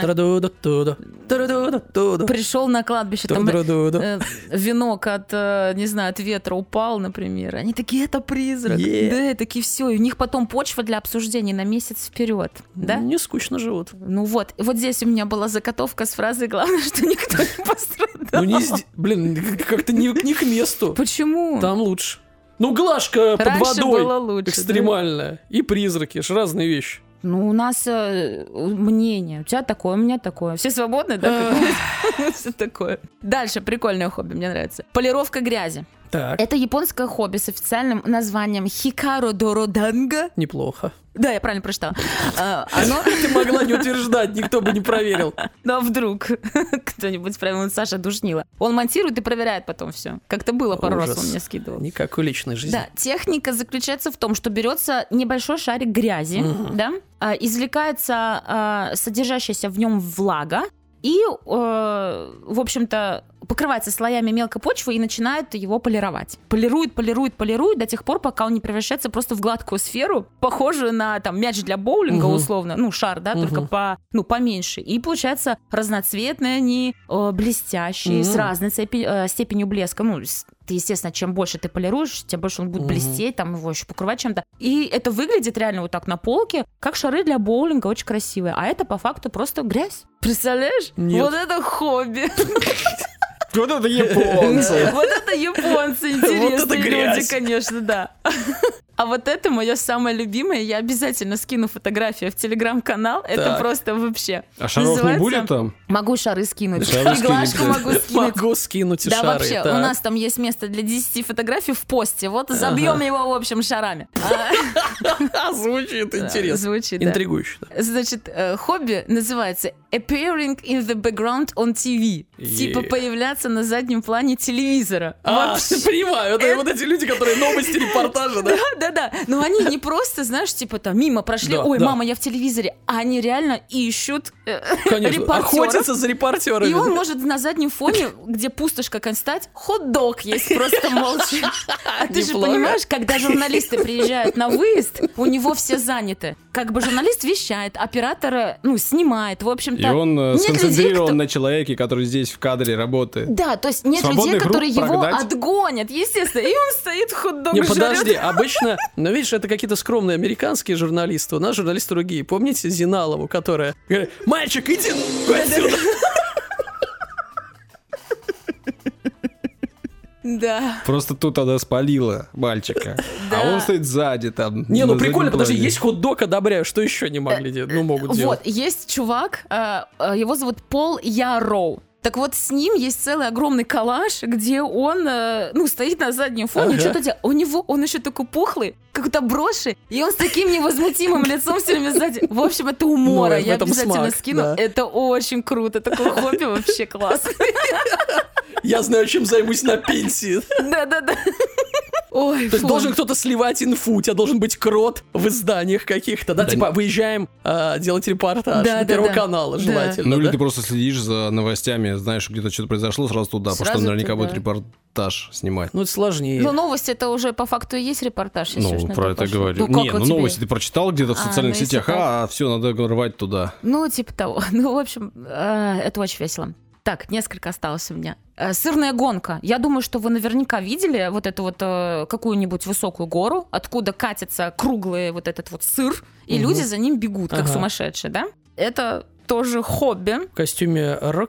Пришел на кладбище, там венок от, не знаю, от ветра упал, например. Они такие: это призрак. Да, такие все. И у них потом почва для обсуждений на месяц вперед. Да? Не скучно живут. Ну вот здесь у меня была заготовка с фразой: главное, что никто не пострадал. Ну, блин, как-то не к месту. Почему? Там лучше. Ну, Глажка под Раньше водой было лучше, экстремальная. Да? И призраки, ж разные вещи. Ну, у нас мнение. У тебя такое, у меня такое. Все свободны, да? Все такое. Дальше прикольное хобби, мне нравится. Полировка грязи. Так. Это японское хобби с официальным названием хикаро дороданга. Неплохо. Да, я правильно прочитала. Ты могла не утверждать, никто бы не проверил. Ну, а вдруг кто-нибудь проверил? Саша душнила. Он монтирует и проверяет потом все. Как-то было пару раз, он мне скидывал. Никакой личной жизни. Да, техника заключается в том, что берется небольшой шарик грязи, да, извлекается содержащаяся в нем влага, и, в общем-то, покрывается слоями мелкой почвы и начинает его полировать. Полирует до тех пор, пока он не превращается просто в гладкую сферу, похожую на там мяч для боулинга, условно, ну, шар, да, только поменьше. И получается разноцветные они, блестящие, с разной степенью блеска. Ну, естественно, чем больше ты полируешь, тем больше он будет блестеть, там его еще покрывать чем-то. И это выглядит реально вот так на полке, как шары для боулинга, очень красивые. А это по факту просто грязь. Представляешь? Нет. Вот это хобби. Вот это японцы. Вот это японцы, интересные люди, конечно, да. А вот это мое самое любимое. Я обязательно скину фотографию в телеграм-канал. Это просто вообще. А шаров не будет там? Могу шары скинуть. И Глажку могу скинуть. Могу скинуть шары. Да, вообще, у нас там есть место для 10 фотографий в посте. Вот забьем его, в общем, шарами. Звучит интересно. Звучит, да. Интригующе. Значит, хобби называется appearing in the background on TV. Типа появляться на заднем плане телевизора. Понимаю. Это вот эти люди, которые новости, репортажи, да? Да. Но они не просто, знаешь, типа там мимо прошли, ой, мама, я в телевизоре. А они реально ищут репортеров. Охотятся за репортерами. И он может на заднем фоне, где пустошь какая-нибудь стать, хот-дог есть просто молча. А ты же понимаешь, когда журналисты приезжают на выезд, у него все заняты. Как бы журналист вещает, оператор, снимает, в общем-то. И он сконцентрирован на человеке, который здесь в кадре работает. Да, то есть нет людей, которые его отгонят, естественно. И он стоит, хот-дог жрет. Не, подожди, обычно, но видишь, это какие-то скромные американские журналисты. У нас журналисты другие. Помните Зиналову, которая говорит: мальчик, иди отсюда. Да. Просто тут она спалила мальчика. А он стоит сзади там. Не, ну прикольно, подожди, есть хот-дог, одобряю, что еще не могли делать? Ну, могут делать. Вот, есть чувак, его зовут Пол Яроу. Так вот, с ним есть целый огромный коллаж, где он, стоит на заднем фоне, что-то делает. Он еще такой пухлый, как-то броши, и он с таким невозмутимым лицом все время сзади. В общем, это умора. Я обязательно скину. Да. Это очень круто. Такое хобби вообще классно. Я знаю, чем займусь на пенсии. Да. Ой, то есть должен кто-то сливать инфу, у тебя должен быть крот в изданиях каких-то, да, типа выезжаем делать репортаж на Первого канала, желательно. Ну или ты просто следишь за новостями, знаешь, где-то что-то произошло, сразу туда, потому что наверняка будет репортаж снимать. Ну это сложнее. Но новости это уже по факту и есть репортаж. Ну, про это говорю. Не, новости ты прочитал где-то в социальных сетях, все, надо рвать туда. Ну, типа того. Ну, в общем, это очень весело. Так, несколько осталось у меня. Сырная гонка. Я думаю, что вы наверняка видели вот эту вот какую-нибудь высокую гору, откуда катится круглый вот этот вот сыр, и люди за ним бегут, как сумасшедшие, да? Это тоже хобби. В костюме Рокки?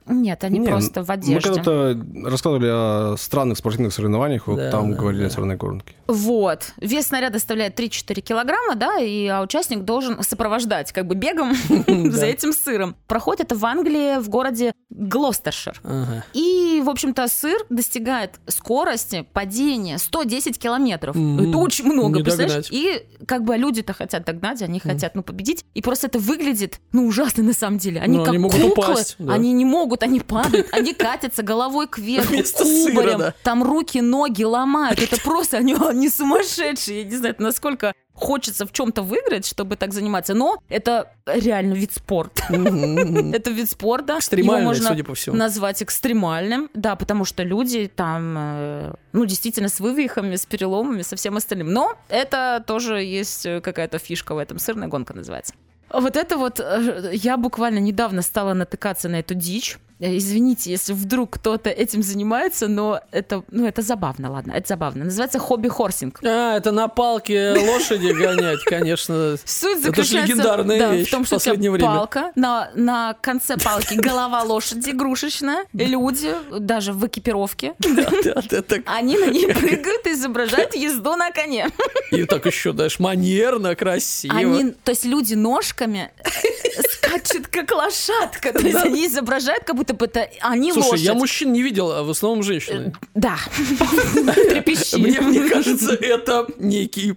Нет, они просто в одежде. Мы когда-то рассказывали о странных спортивных соревнованиях, вот там говорили о соревнованной гонке. Вот. Вес снаряда составляет 3-4 килограмма, да, и участник должен сопровождать как бы бегом за этим сыром. Проходит это в Англии, в городе Глостершир. И, в общем-то, сыр достигает скорости падения 110 километров. Это очень много, представляешь? И как бы люди-то хотят догнать, они хотят, победить. И просто это выглядит, ужасно на самом деле. Они как могут куклы, упасть, они не могут, они падают, они катятся головой кверху, кубарем, там руки, ноги ломают. Это просто, они сумасшедшие. Я не знаю, насколько хочется в чем-то выиграть, чтобы так заниматься, но это реально вид спорта. Это вид спорта. Экстремальный, судя по всему. Назвать экстремальным, да, потому что люди там, действительно с вывихами, с переломами, со всем остальным. Но это тоже есть какая-то фишка в этом. Сырная гонка называется. Вот это вот, я буквально недавно стала натыкаться на эту дичь. Извините, если вдруг кто-то этим занимается, но это забавно, ладно, это забавно. Называется хобби-хорсинг. Это на палке лошади гонять, конечно. Суть заключается, это же легендарная вещь в том, что у тебя палка, на конце палки голова лошади игрушечная, и люди, даже в экипировке, они на ней прыгают и изображают езду на коне. И так еще, знаешь, манерно, красиво. То есть люди ножками скачут, как лошадка. То есть они изображают, как будто бы это они лошадь. Слушай, я мужчин не видел, а в основном женщины. Да. Трепещи. Мне кажется, это некий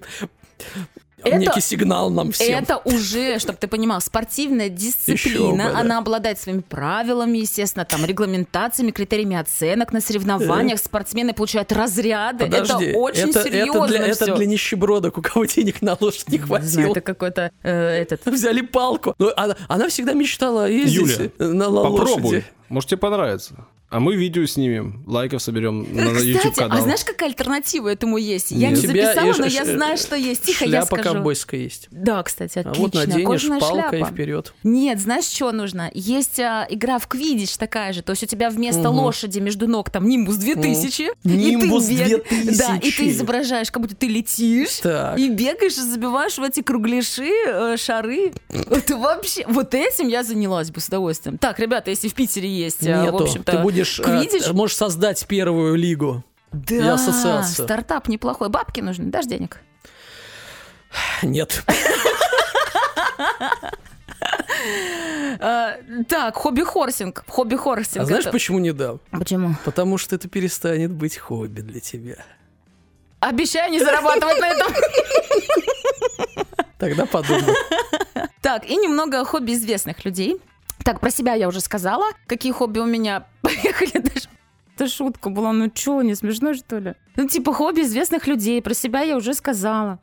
сигнал нам всем. Это уже, чтобы ты понимал, спортивная дисциплина. Она обладает своими правилами, естественно, там, регламентациями, критериями оценок на соревнованиях. Спортсмены получают разряды. Подожди, это очень серьезно. Это для нищебродок, у кого денег на лошадь не хватило. Это какой-то... Взяли палку. Она всегда мечтала ездить на лошади. Попробуй. Может, тебе понравится. А мы видео снимем, лайков соберем на YouTube-канал. Кстати, знаешь, какая альтернатива этому есть? Я не записала, но я знаю, что есть. Тихо, я скажу. Шляпа ковбойская есть. Да, кстати, отлично. А вот наденешь палкой шляпа. Вперед. Нет, знаешь, что нужно? Есть игра в квиддич такая же. То есть у тебя вместо лошади между ног там Нимбус 2000. Нимбус 2000. Да, и ты изображаешь, как будто ты летишь. И бегаешь и забиваешь в эти кругляши, шары. Это вообще... Вот этим я занялась бы с удовольствием. Так, ребята, если в Питере есть, в общем-то, ты будешь, можешь создать первую лигу. Да, и ассоциацию. Стартап неплохой. Бабки нужны, дашь денег? Нет. Так, хобби-хорсинг. А знаешь, почему не дам? Почему? Потому что это перестанет быть хобби для тебя. Обещаю не зарабатывать на этом. Тогда подумай. Так, и немного о хобби известных людей. Так, про себя я уже сказала. Какие хобби у меня? Поехали дальше. Это шутка была. Ну что, не смешно, что ли? Типа хобби известных людей. Про себя я уже сказала.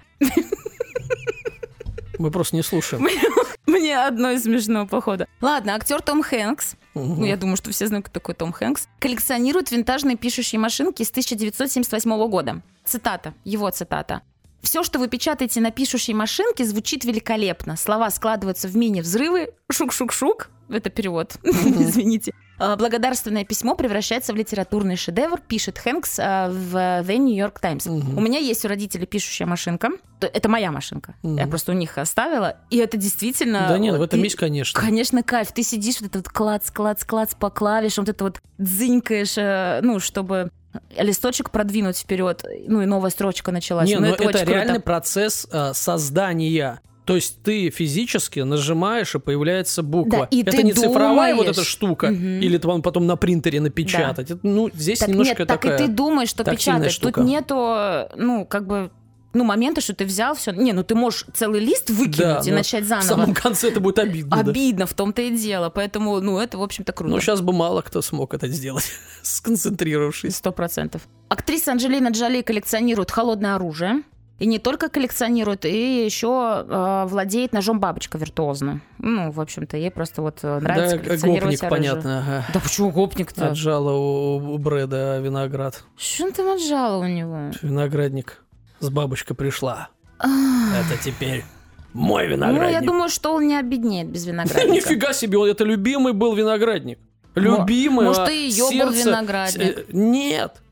Мы просто не слушаем. Мне одно из смешного, походу. Ладно, актер Том Хэнкс. Я думаю, что все знают, кто такой Том Хэнкс. Коллекционирует винтажные пишущие машинки с 1978 года. Цитата. Его цитата. «Все, что вы печатаете на пишущей машинке, звучит великолепно. Слова складываются в мини-взрывы. Шук-шук-шук». Это перевод. Извините. Благодарственное письмо превращается в литературный шедевр, пишет Хэнкс в The New York Times. У меня есть у родителей пишущая машинка. Это моя машинка. Я просто у них оставила. И это действительно... Да нет, в этом есть, конечно. Конечно, кайф. Ты сидишь, вот этот клац-клац-клац по клавишам, вот это вот дзынькаешь, чтобы... листочек продвинуть вперед, и новая строчка началась. Это реальный процесс создания. То есть ты физически нажимаешь, и появляется буква. Да, и это ты не цифровая думаешь... вот эта штука, или ты потом на принтере напечатать. Да. Это, здесь так немножко нет, такая так и ты думаешь, что печатаешь. Штука. Тут нету, момента, что ты взял все. Ты можешь целый лист выкинуть и начать заново. В самом конце это будет обидно. Обидно, в том-то и дело. Поэтому, это, в общем-то, круто. Сейчас бы мало кто смог это сделать, сконцентрировавшись. 100%. Актриса Анджелина Джоли коллекционирует холодное оружие. И не только коллекционирует, и еще владеет ножом бабочка виртуозно. В общем-то, ей просто нравится коллекционировать гопник, оружие. Понятно. Ага. Да почему гопник-то? Отжала у Брэда виноград. Что он там отжала у него? Виноградник. С бабочкой пришла. Это теперь мой виноградник. Я думаю, что он не обеднеет без виноградника. Нифига себе, это любимый был виноградник. Любимый. Может, и ее был виноградник. Нет.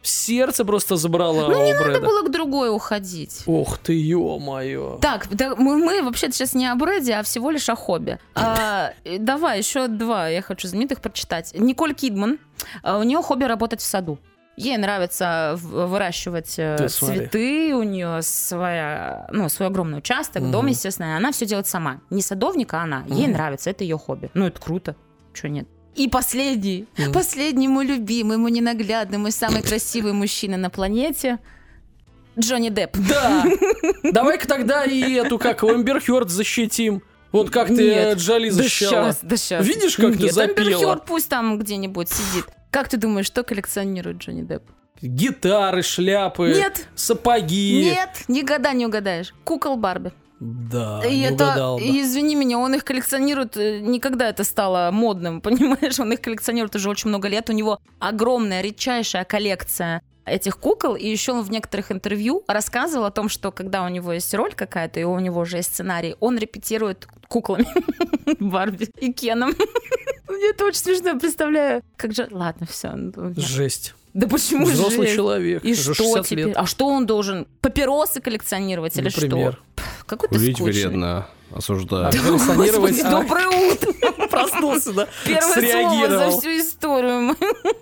Сердце просто забрало Ну, не у Брэда. надо было к другой уходить. Ох ты, ё-моё. Так, да, мы вообще-то сейчас не о Брэде, а всего лишь о хобби. Давай, еще два, я хочу знаменитых прочитать. Николь Кидман, у нее хобби работать в саду. Ей нравится выращивать цветы, у нее свой огромный участок, дом, естественно, она все делает сама. Не садовник, а она. Ей нравится, это ее хобби. Ну, это круто, чего нет. И последний мой любимый, мой ненаглядный, мой самый красивый мужчина на планете — Джонни Депп. Да. Давай-ка тогда и эту, как Амбер Хёрд, защитим. Вот как ты Джоли защищала. Да сейчас. Видишь, как ты запела? Амбер Хёрд пусть там где-нибудь сидит. Как ты думаешь, что коллекционирует Джонни Депп? Гитары, шляпы, Нет. сапоги. Нет, никогда не угадаешь. Кукол Барби. Да, И не угадал бы. извини меня, он их коллекционирует, никогда это стало модным, понимаешь? Он их коллекционирует уже очень много лет. У него огромная, редчайшая коллекция этих кукол, и еще он в некоторых интервью рассказывал о том, что когда у него есть роль какая-то, и у него уже есть сценарий, он репетирует куклами Барби и Кеном. Мне это очень смешно, я представляю. Как же... Ладно, все. Жесть. Да почему же? Взрослый человек. И что теперь? Лет. А что он должен? Папиросы коллекционировать или например? Что? Какой ты Курить скучный. вредно, осуждаю. Господи, доброе утро. Проснулся, да? Первое слово за всю историю.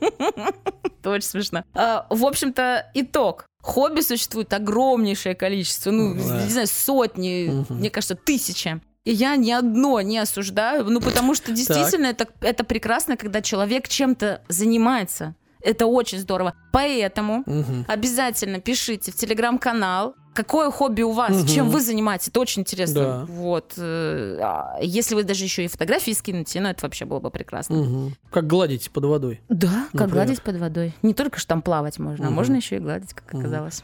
Это очень смешно. В общем-то, итог. Хобби существует огромнейшее количество, не знаю, сотни, мне кажется, тысячи. И я ни одно не осуждаю, потому что действительно это прекрасно, когда человек чем-то занимается. Это очень здорово. Поэтому обязательно пишите в телеграм-канал, какое хобби у вас, чем вы занимаетесь. Это очень интересно. Да. Вот. Если вы даже еще и фотографии скинете, это вообще было бы прекрасно. Как гладить под водой. Да, как гладить под водой. Не только что там плавать можно, а можно еще и гладить, как оказалось.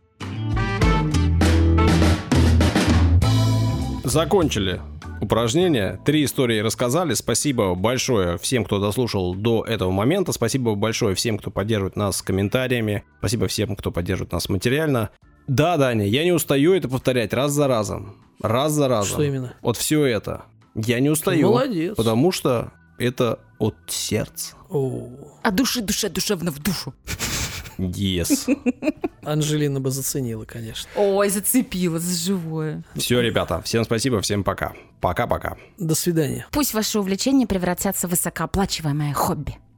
Закончили упражнение. 3 истории рассказали. Спасибо большое всем, кто дослушал до этого момента. Спасибо большое всем, кто поддерживает нас комментариями. Спасибо всем, кто поддерживает нас материально. Да, Даня, я не устаю это повторять раз за разом. Раз за разом. Что именно? Вот все это. Я не устаю. Молодец. Потому что это от сердца. А души душе душевно в душу. Yes. Анжелина бы заценила, конечно. Ой, зацепила за живое. Все, ребята, всем спасибо, всем пока. Пока-пока. До свидания. Пусть ваши увлечения превратятся в высокооплачиваемое хобби.